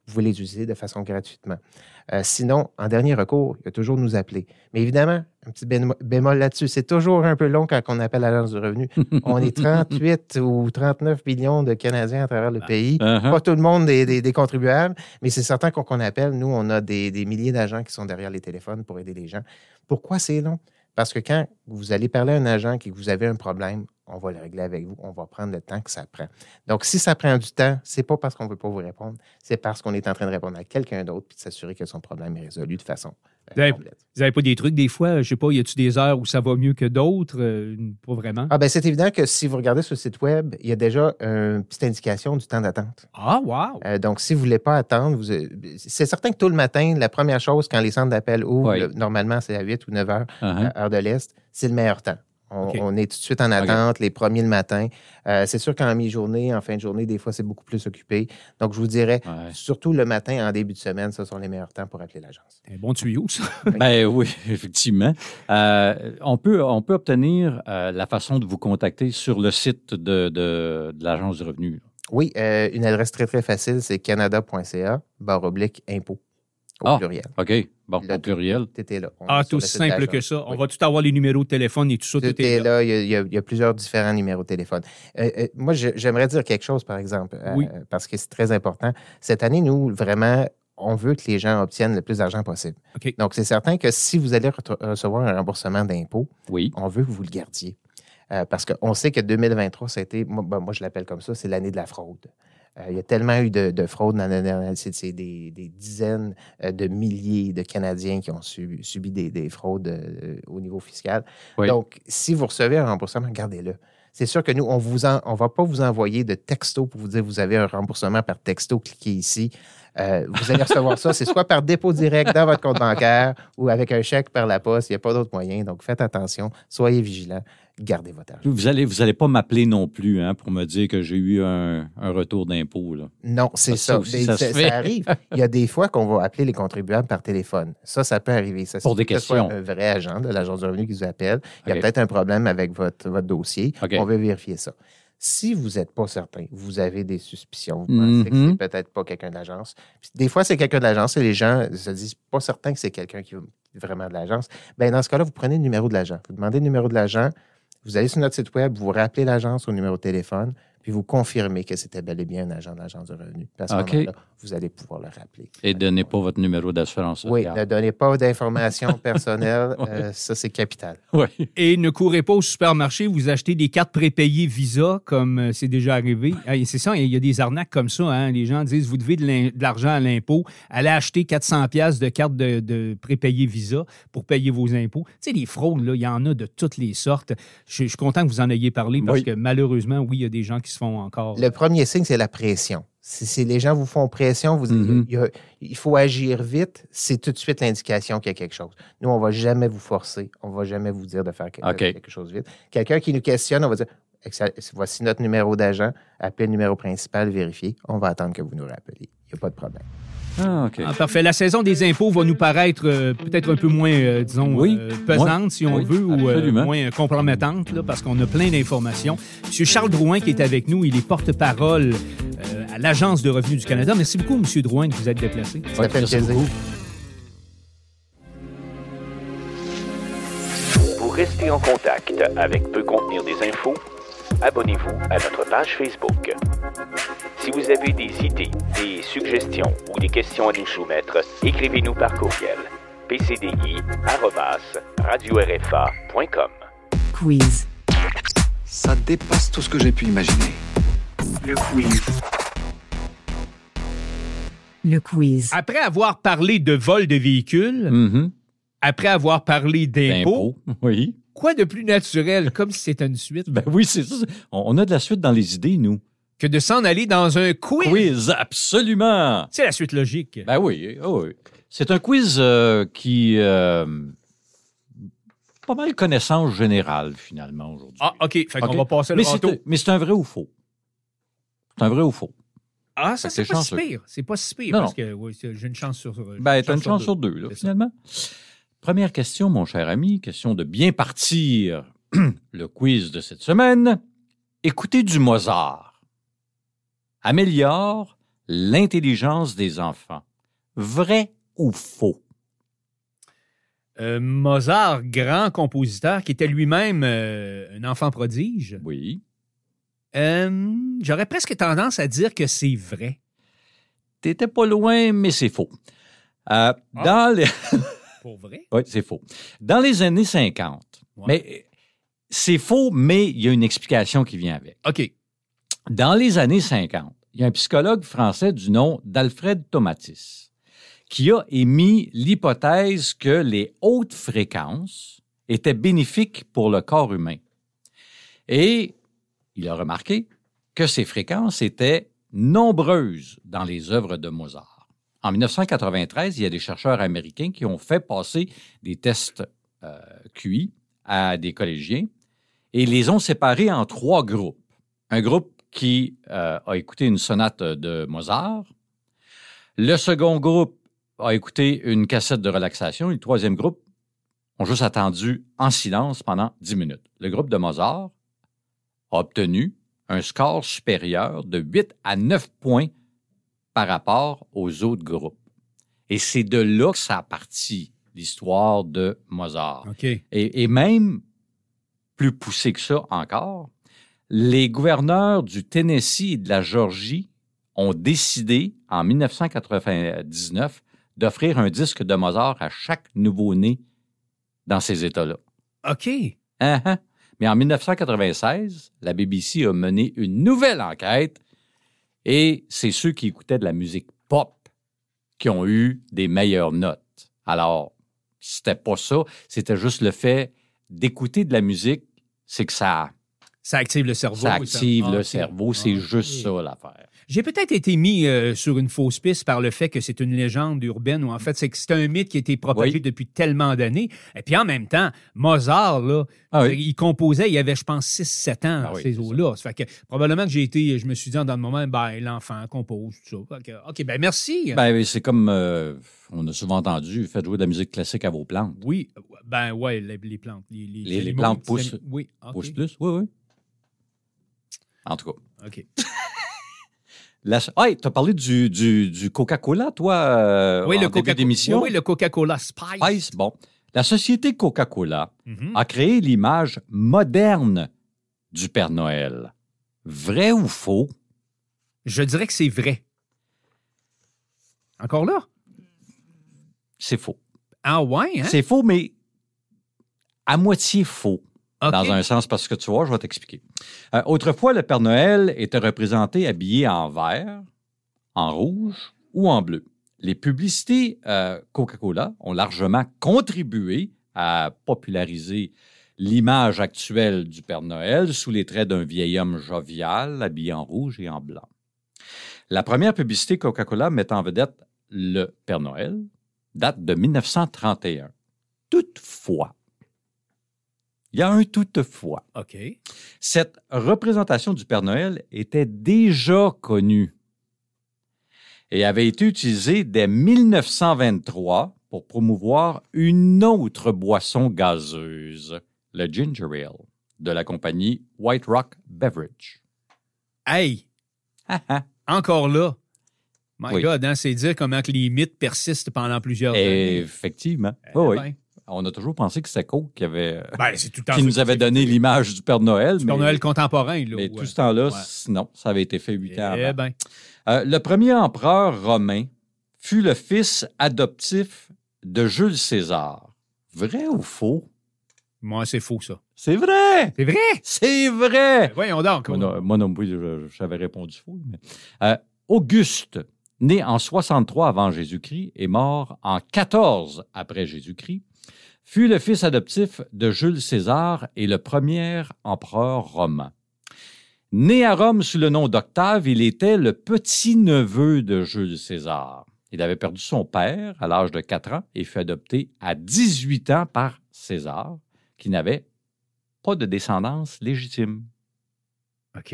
vous pouvez les utiliser de façon gratuitement. Sinon, en dernier recours, il y a toujours nous appeler. Mais évidemment, un petit bémol là-dessus, c'est toujours un peu long quand on appelle l'Agence du revenu. On est 38 ou 39 millions de Canadiens à travers le pays. Pas tout le monde des contribuables, mais c'est certain qu'on appelle. Nous, on a des milliers d'agents qui sont derrière les téléphones pour aider les gens. Pourquoi c'est long? Parce que quand vous allez parler à un agent et que vous avez un problème, on va le régler avec vous. On va prendre le temps que ça prend. Donc, si ça prend du temps, c'est pas parce qu'on ne veut pas vous répondre, c'est parce qu'on est en train de répondre à quelqu'un d'autre puis de s'assurer que son problème est résolu de façon complète. Vous n'avez pas des trucs, des fois, je sais pas, y a-t-il des heures où ça va mieux que d'autres? Pas vraiment. Ah, ben c'est évident que si vous regardez sur le site Web, il y a déjà une petite indication du temps d'attente. Ah, wow! Donc, si vous ne voulez pas attendre, c'est certain que tôt le matin, la première chose, quand les centres d'appel ouvrent, normalement, c'est à 8 ou 9 heures, heure de l'Est, c'est le meilleur temps. On est tout de suite en attente, les premiers le matin. C'est sûr qu'en mi-journée, en fin de journée, des fois, c'est beaucoup plus occupé. Donc, je vous dirais, surtout le matin, en début de semaine, ce sont les meilleurs temps pour appeler l'agence. Un bon tuyau, ça. Ben oui, effectivement. On peut obtenir la façon de vous contacter sur le site de l'Agence du revenu. Oui, une adresse très, très facile, c'est canada.ca/impôt. Au pluriel. OK. Bon, au pluriel. Tout est là. Tout aussi simple que ça. On va tout avoir les numéros de téléphone et tout ça. Tout est là. Il y a plusieurs différents numéros de téléphone. Moi, j'aimerais dire quelque chose, par exemple, parce que c'est très important. Cette année, nous, vraiment, on veut que les gens obtiennent le plus d'argent possible. Okay. Donc, c'est certain que si vous allez recevoir un remboursement d'impôt, on veut que vous le gardiez. Parce qu'on sait que 2023, ça a été, moi je l'appelle comme ça, c'est l'année de la fraude. Il y a tellement eu de fraude dans l'année dernière. C'est des dizaines de milliers de Canadiens qui ont subi des fraudes au niveau fiscal. Oui. Donc, si vous recevez un remboursement, gardez-le. C'est sûr que nous, on ne va pas vous envoyer de texto pour vous dire vous avez un remboursement par texto, cliquez ici. Vous allez recevoir ça. C'est soit par dépôt direct dans votre compte bancaire ou avec un chèque par la poste. Il n'y a pas d'autre moyen. Donc, faites attention. Soyez vigilants. Gardez votre argent. Vous allez pas m'appeler non plus pour me dire que j'ai eu un retour d'impôt. Là. Non, c'est ça. Ça arrive. Il y a des fois qu'on va appeler les contribuables par téléphone. Ça peut arriver. Ça, pour des questions. Un vrai agent de l'Agence du revenu qui vous appelle. Il y a peut-être un problème avec votre dossier. On veut vérifier ça. Si vous n'êtes pas certain, vous avez des suspicions, vous pensez que c'est peut-être pas quelqu'un de l'agence. Puis, des fois, c'est quelqu'un de l'agence et les gens se disent pas certains que c'est quelqu'un qui est vraiment de l'agence. Bien, dans ce cas-là, vous prenez le numéro de l'agent. Vous demandez le numéro de l'agent. Vous allez sur notre site Web, vous rappelez l'agence au numéro de téléphone, puis vous confirmez que c'était bel et bien un agent de l'Agence du revenu. À ce moment-là, vous allez pouvoir le rappeler. Et ne donnez pas votre numéro d'assurance sociale. Oui, ne donnez pas d'informations personnelles. Ça, c'est capital. Oui. Et ne courez pas au supermarché, vous achetez des cartes prépayées Visa, comme c'est déjà arrivé. C'est ça, il y a des arnaques comme ça. Les gens disent, vous devez de l'argent à l'impôt. Allez acheter 400$ de cartes de prépayées Visa pour payer vos impôts. Tu sais, les fraudes, là, il y en a de toutes les sortes. Je suis content que vous en ayez parlé parce que malheureusement, oui, il y a des gens qui se font encore... Le premier signe, c'est la pression. Si les gens vous font pression, il faut agir vite, c'est tout de suite l'indication qu'il y a quelque chose. Nous, on ne va jamais vous forcer, on ne va jamais vous dire de faire quelque chose vite. Quelqu'un qui nous questionne, on va dire, voici notre numéro d'agent, appelez le numéro principal, vérifiez, on va attendre que vous nous rappeliez. Il n'y a pas de problème. Parfait. La saison des impôts va nous paraître peut-être un peu moins, pesante, si on veut, ou moins compromettante, là, parce qu'on a plein d'informations. M. Charles Drouin, qui est avec nous, il est porte-parole à l'Agence de revenus du Canada. Merci beaucoup, M. Drouin, de vous être déplacé. Ça fait plaisir. Pour rester en contact avec Peut contenir des infos, abonnez-vous à notre page Facebook. Si vous avez des idées, des suggestions ou des questions à nous soumettre, écrivez-nous par courriel pcdi@radio-rfa.com. Quiz. Ça dépasse tout ce que j'ai pu imaginer. Le quiz. Le quiz. Après avoir parlé de vol de véhicules, après avoir parlé d'impôts, quoi de plus naturel, comme si c'était une suite? Ben oui, c'est ça. On a de la suite dans les idées, nous. Que de s'en aller dans un quiz. Quiz, absolument. C'est la suite logique. Ben oui, oui. C'est un quiz qui... pas mal connaissance générale, finalement, aujourd'hui. Ah, OK. Fait qu'on va passer le râteau. Mais c'est un vrai ou faux? C'est un vrai ou faux? Ah, ça, c'est pas si pire. C'est pas si pire, parce que j'ai une chance sur... Ben, t'as une chance sur deux, là, finalement. Première question, mon cher ami, question de bien partir le quiz de cette semaine. Écouter du Mozart améliore l'intelligence des enfants. Vrai ou faux? Mozart, grand compositeur, qui était lui-même un enfant prodige. Oui. J'aurais presque tendance à dire que c'est vrai. T'étais pas loin, mais c'est faux. Dans les... Pour vrai? Oui, c'est faux. Dans les années 50, mais c'est faux, mais il y a une explication qui vient avec. OK. Dans les années 50, il y a un psychologue français du nom d'Alfred Tomatis qui a émis l'hypothèse que les hautes fréquences étaient bénéfiques pour le corps humain. Et il a remarqué que ces fréquences étaient nombreuses dans les œuvres de Mozart. En 1993, il y a des chercheurs américains qui ont fait passer des tests QI à des collégiens et les ont séparés en 3 groupes. Un groupe qui a écouté une sonate de Mozart. Le second groupe a écouté une cassette de relaxation. Et le troisième groupe ont juste attendu en silence pendant 10 minutes. Le groupe de Mozart a obtenu un score supérieur de 8 à 9 points par rapport aux autres groupes. Et c'est de là que ça a parti, l'histoire de Mozart. OK. Et même plus poussé que ça encore, les gouverneurs du Tennessee et de la Géorgie ont décidé, en 1999, d'offrir un disque de Mozart à chaque nouveau-né dans ces États-là. OK. Uh-huh. Mais en 1996, la BBC a mené une nouvelle enquête et c'est ceux qui écoutaient de la musique pop qui ont eu des meilleures notes. Alors, c'était pas ça, c'était juste le fait d'écouter de la musique, c'est que ça active le cerveau. Ça active le cerveau, c'est juste ça l'affaire. J'ai peut-être été mis sur une fausse piste par le fait que c'est une légende urbaine ou en fait, c'est que c'est un mythe qui a été propagé depuis tellement d'années. Et puis en même temps, Mozart, là, il composait, il avait, je pense, 6-7 ans, ces eaux-là. Ça fait que probablement que je me suis dit dans le moment, l'enfant compose, tout ça. OK, merci. C'est comme on a souvent entendu, faites jouer de la musique classique à vos plantes. Oui, les plantes. Les plantes poussent, poussent plus, oui. En tout cas. OK. Tu as parlé du Coca-Cola, toi, en début d'émission. Oui, le Coca-Cola Spice. Bon, la société Coca-Cola a créé l'image moderne du Père Noël. Vrai ou faux? Je dirais que c'est vrai. Encore là? C'est faux. Ah ouais, hein? C'est faux, mais à moitié faux. Okay. Dans un sens, parce que tu vois, je vais t'expliquer. Autrefois, le Père Noël était représenté habillé en vert, en rouge ou en bleu. Les publicités Coca-Cola ont largement contribué à populariser l'image actuelle du Père Noël sous les traits d'un vieil homme jovial, habillé en rouge et en blanc. La première publicité Coca-Cola mettant en vedette le Père Noël date de 1931. Toutefois, il y a un toutefois. OK. Cette représentation du Père Noël était déjà connue et avait été utilisée dès 1923 pour promouvoir une autre boisson gazeuse, le Ginger Ale, de la compagnie White Rock Beverage. Hey! Encore là! My God, hein, c'est dire comment que les mythes persistent pendant plusieurs années. Effectivement. Oui. On a toujours pensé que c'était Coke qui nous avait donné l'image du Père Noël. Père Noël contemporain. Là, mais tout ce temps-là, non, ça avait été fait 8 ans avant. Le premier empereur romain fut le fils adoptif de Jules César. Vrai ou faux? Moi, c'est faux, ça. C'est vrai! C'est vrai? C'est vrai! Voyons donc. Moi non plus, j'avais répondu faux. Mais... Auguste, né en 63 avant Jésus-Christ et mort en 14 après Jésus-Christ, fut le fils adoptif de Jules César et le premier empereur romain. Né à Rome sous le nom d'Octave, il était le petit-neveu de Jules César. Il avait perdu son père à l'âge de 4 ans et fut adopté à 18 ans par César, qui n'avait pas de descendance légitime. OK.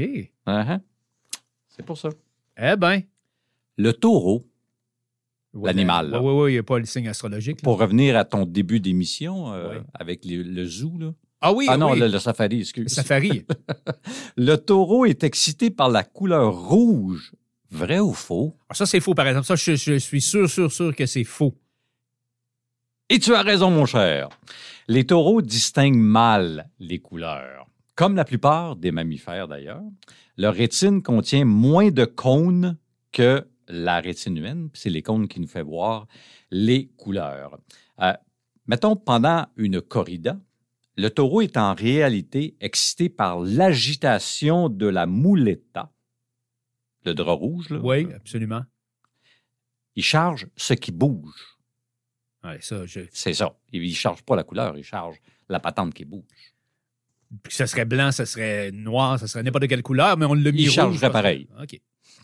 C'est pour ça. Eh bien. Le taureau, l'animal. Oui, il n'y a pas le signe astrologique. Là. Pour revenir à ton début d'émission avec le zoo, là. Ah oui, non, le safari, excuse. Le safari. Le taureau est excité par la couleur rouge. Vrai ou faux? Ah, ça, c'est faux, par exemple. Ça, je suis sûr que c'est faux. Et tu as raison, mon cher. Les taureaux distinguent mal les couleurs. Comme la plupart des mammifères, d'ailleurs, leur rétine contient moins de cônes que la rétine humaine. C'est les cônes qui nous fait voir les couleurs. Mettons, pendant une corrida, le taureau est en réalité excité par l'agitation de la muleta, le drap rouge. Là. Oui, absolument. Il charge ce qui bouge. Ouais, ça, C'est ça. Il ne charge pas la couleur, il charge la patente qui bouge. Puis ça serait blanc, ça serait noir, ça serait n'importe quelle couleur, mais on l'a mis il rouge. Chargerait pareil. OK.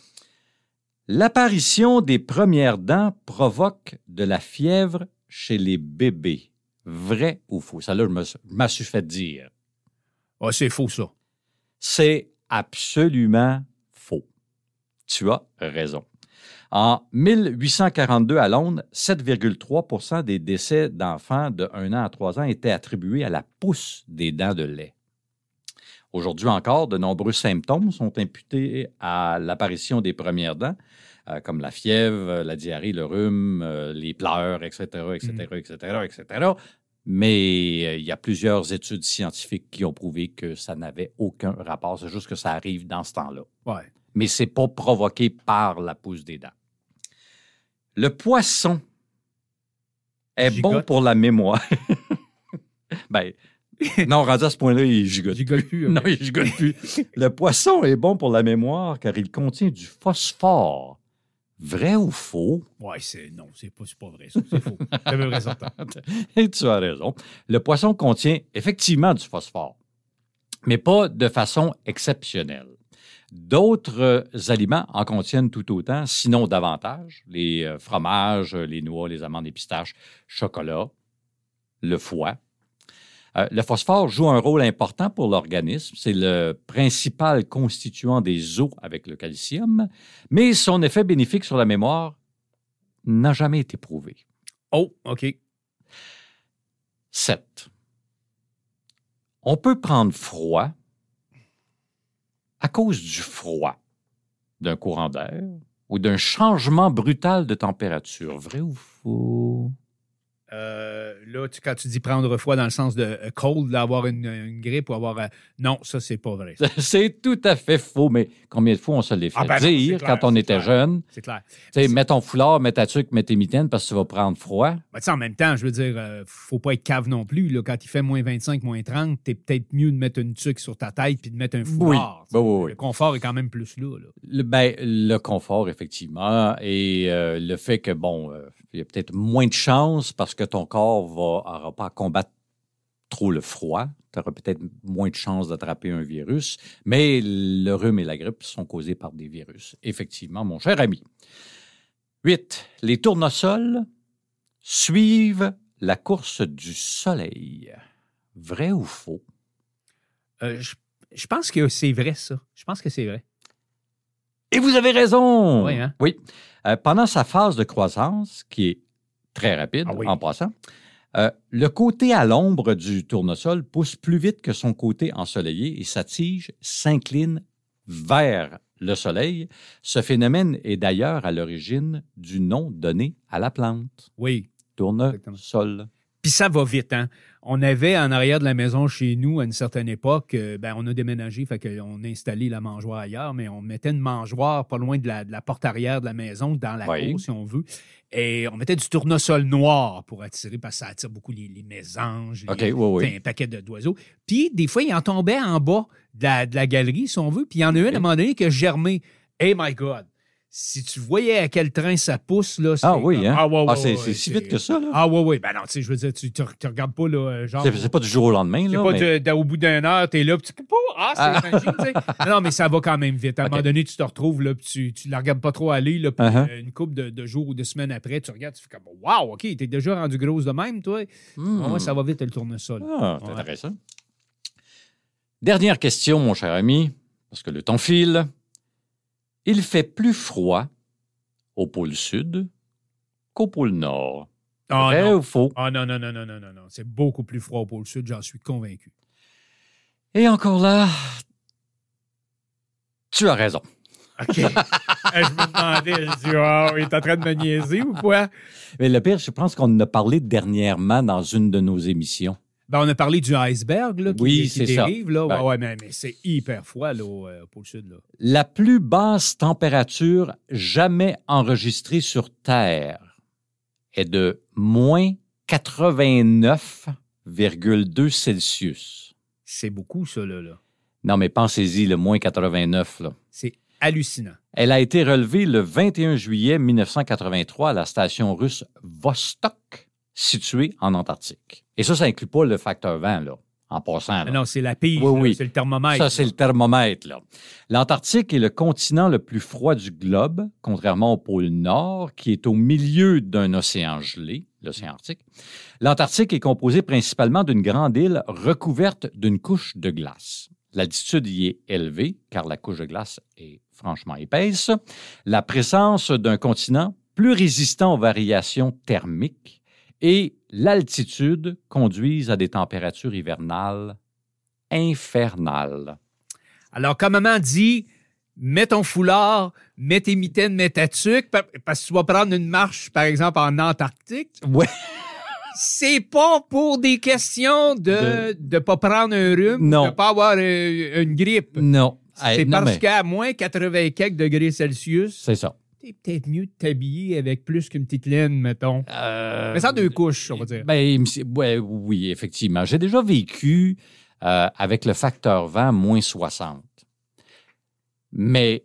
L'apparition des premières dents provoque de la fièvre chez les bébés. Vrai ou faux? Ça, là, je m'en suis fait dire. Ah, c'est faux, ça. C'est absolument faux. Tu as raison. En 1842, à Londres, 7,3 % des décès d'enfants de 1 an à 3 ans étaient attribués à la pousse des dents de lait. Aujourd'hui encore, de nombreux symptômes sont imputés à l'apparition des premières dents, comme la fièvre, la diarrhée, le rhume, les pleurs, etc., etc. Mais il y a plusieurs études scientifiques qui ont prouvé que ça n'avait aucun rapport. C'est juste que ça arrive dans ce temps-là. Ouais. Mais ce n'est pas provoqué par la pousse des dents. Le poisson est bon pour la mémoire. Ben, non, rendu à ce point-là, il gigote. Plus. Non, il gigote plus. Le poisson est bon pour la mémoire car il contient du phosphore. Vrai ou faux? Oui, non, c'est pas vrai, ça. C'est faux. C'est à peu près certain. Et tu as raison. Le poisson contient effectivement du phosphore, mais pas de façon exceptionnelle. D'autres aliments en contiennent tout autant, sinon davantage. Les fromages, les noix, les amandes, les pistaches, chocolat, le foie. Le phosphore joue un rôle important pour l'organisme. C'est le principal constituant des os avec le calcium, mais son effet bénéfique sur la mémoire n'a jamais été prouvé. Oh, OK. 7. On peut prendre froid à cause du froid, d'un courant d'air ou d'un changement brutal de température. Vrai ou faux? Là, quand tu dis prendre froid dans le sens de cold, d'avoir une grippe ou avoir... non, ça, c'est pas vrai. C'est tout à fait faux, mais combien de fois on se l'est fait dire quand on était jeune? C'est clair. Tu sais, mets ton foulard, mets ta tuque, mets tes mitaines parce que tu vas prendre froid. Ben, en même temps, je veux dire, faut pas être cave non plus. Là. Quand il fait moins 25, moins 30, t'es peut-être mieux de mettre une tuque sur ta tête puis de mettre un foulard. Oui. Le confort est quand même plus là. Le confort, effectivement, et le fait que, il y a peut-être moins de chances parce que ton corps n'aura pas à combattre trop le froid. Tu auras peut-être moins de chances d'attraper un virus, mais le rhume et la grippe sont causés par des virus. Effectivement, mon cher ami. 8. Les tournesols suivent la course du soleil. Vrai ou faux? Je pense que c'est vrai, ça. Je pense que c'est vrai. Et vous avez raison! Oui, hein? Oui. Pendant sa phase de croissance, qui est très rapide en passant, le côté à l'ombre du tournesol pousse plus vite que son côté ensoleillé et sa tige s'incline vers le soleil. Ce phénomène est d'ailleurs à l'origine du nom donné à la plante. Oui. Tournesol. Puis ça va vite, hein? On avait en arrière de la maison chez nous, à une certaine époque, on a déménagé, fait qu'on a installé la mangeoire ailleurs, mais on mettait une mangeoire pas loin de la porte arrière de la maison, dans la cour, si on veut. Et on mettait du tournesol noir pour attirer, parce que ça attire beaucoup les mésanges, un paquet d'oiseaux. Puis, des fois, il en tombait en bas de la galerie, si on veut, puis il y en a une, à un moment donné, qui a germé. Hey my God! Si tu voyais à quel train ça pousse, là... C'est si vite que ça, là? Ben non, tu sais, je veux dire, tu regardes pas, là, genre... C'est pas du jour au lendemain, là. C'est pas au bout d'une heure, t'es là, puis tu... c'est magique, tu sais. Non, mais ça va quand même vite. À un moment donné, tu te retrouves, là, puis tu la regardes pas trop aller, là, puis une couple de jours ou de semaines après, tu regardes, tu fais comme, wow, OK, t'es déjà rendu grosse de même, toi. Ça va vite, le tournesol. C'est intéressant. Dernière question, mon cher ami, parce que le temps file. Il fait plus froid au pôle sud qu'au pôle nord. Vrai ou faux? Non. C'est beaucoup plus froid au pôle sud, j'en suis convaincu. Et encore là, tu as raison. OK. Je me demandais, je dis, oh, il est en train de me niaiser ou quoi? Mais le pire, je pense qu'on en a parlé dernièrement dans une de nos émissions. Ben, on a parlé du iceberg là, qui dérive. Ça. Là. Ben. Ouais, mais c'est hyper froid là, au pôle sud. Là. La plus basse température jamais enregistrée sur Terre est de moins 89,2 Celsius. C'est beaucoup, ça, là. Non, mais pensez-y, le moins 89, là. C'est hallucinant. Elle a été relevée le 21 juillet 1983 à la station russe Vostok, située en Antarctique. Et ça inclut pas le facteur vent, là, en passant. Là. Non, c'est la pige, oui. C'est le thermomètre. Ça, c'est le thermomètre, là. L'Antarctique est le continent le plus froid du globe, contrairement au pôle Nord, qui est au milieu d'un océan gelé, l'océan Arctique. L'Antarctique est composé principalement d'une grande île recouverte d'une couche de glace. L'altitude y est élevée, car la couche de glace est franchement épaisse. La présence d'un continent plus résistant aux variations thermiques et l'altitude conduisent à des températures hivernales infernales. Alors, comme maman dit, mets ton foulard, mets tes mitaines, mets ta tuque, parce que tu vas prendre une marche, par exemple, en Antarctique. Ouais. C'est pas pour des questions de ne pas prendre un rhume, de ne pas avoir une grippe. Non. C'est parce qu'à moins 80 quelques degrés Celsius, c'est ça. C'est peut-être mieux de t'habiller avec plus qu'une petite laine, mettons. Mais ça, 2 couches, on va dire. Ben, oui, effectivement. J'ai déjà vécu avec le facteur vent moins 60. Mais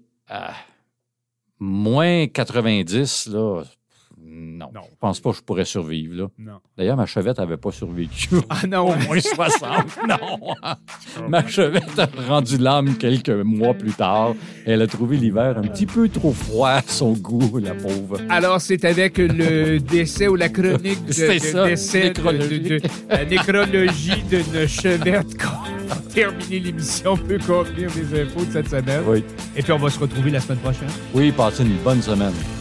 moins 90, là, non. Je pense pas que je pourrais survivre, là. Non. D'ailleurs, ma chevette n'avait pas survécu. Ah non! Au moins 60, non! Ma chevette a rendu l'âme quelques mois plus tard. Elle a trouvé l'hiver un petit peu trop froid à son goût, la pauvre. Alors, c'est avec le décès ou la chronique la nécrologie d'une chevette qu'on va terminer l'émission. On peut contenir des infos de cette semaine. Oui. Et puis, on va se retrouver la semaine prochaine. Oui, passez une bonne semaine.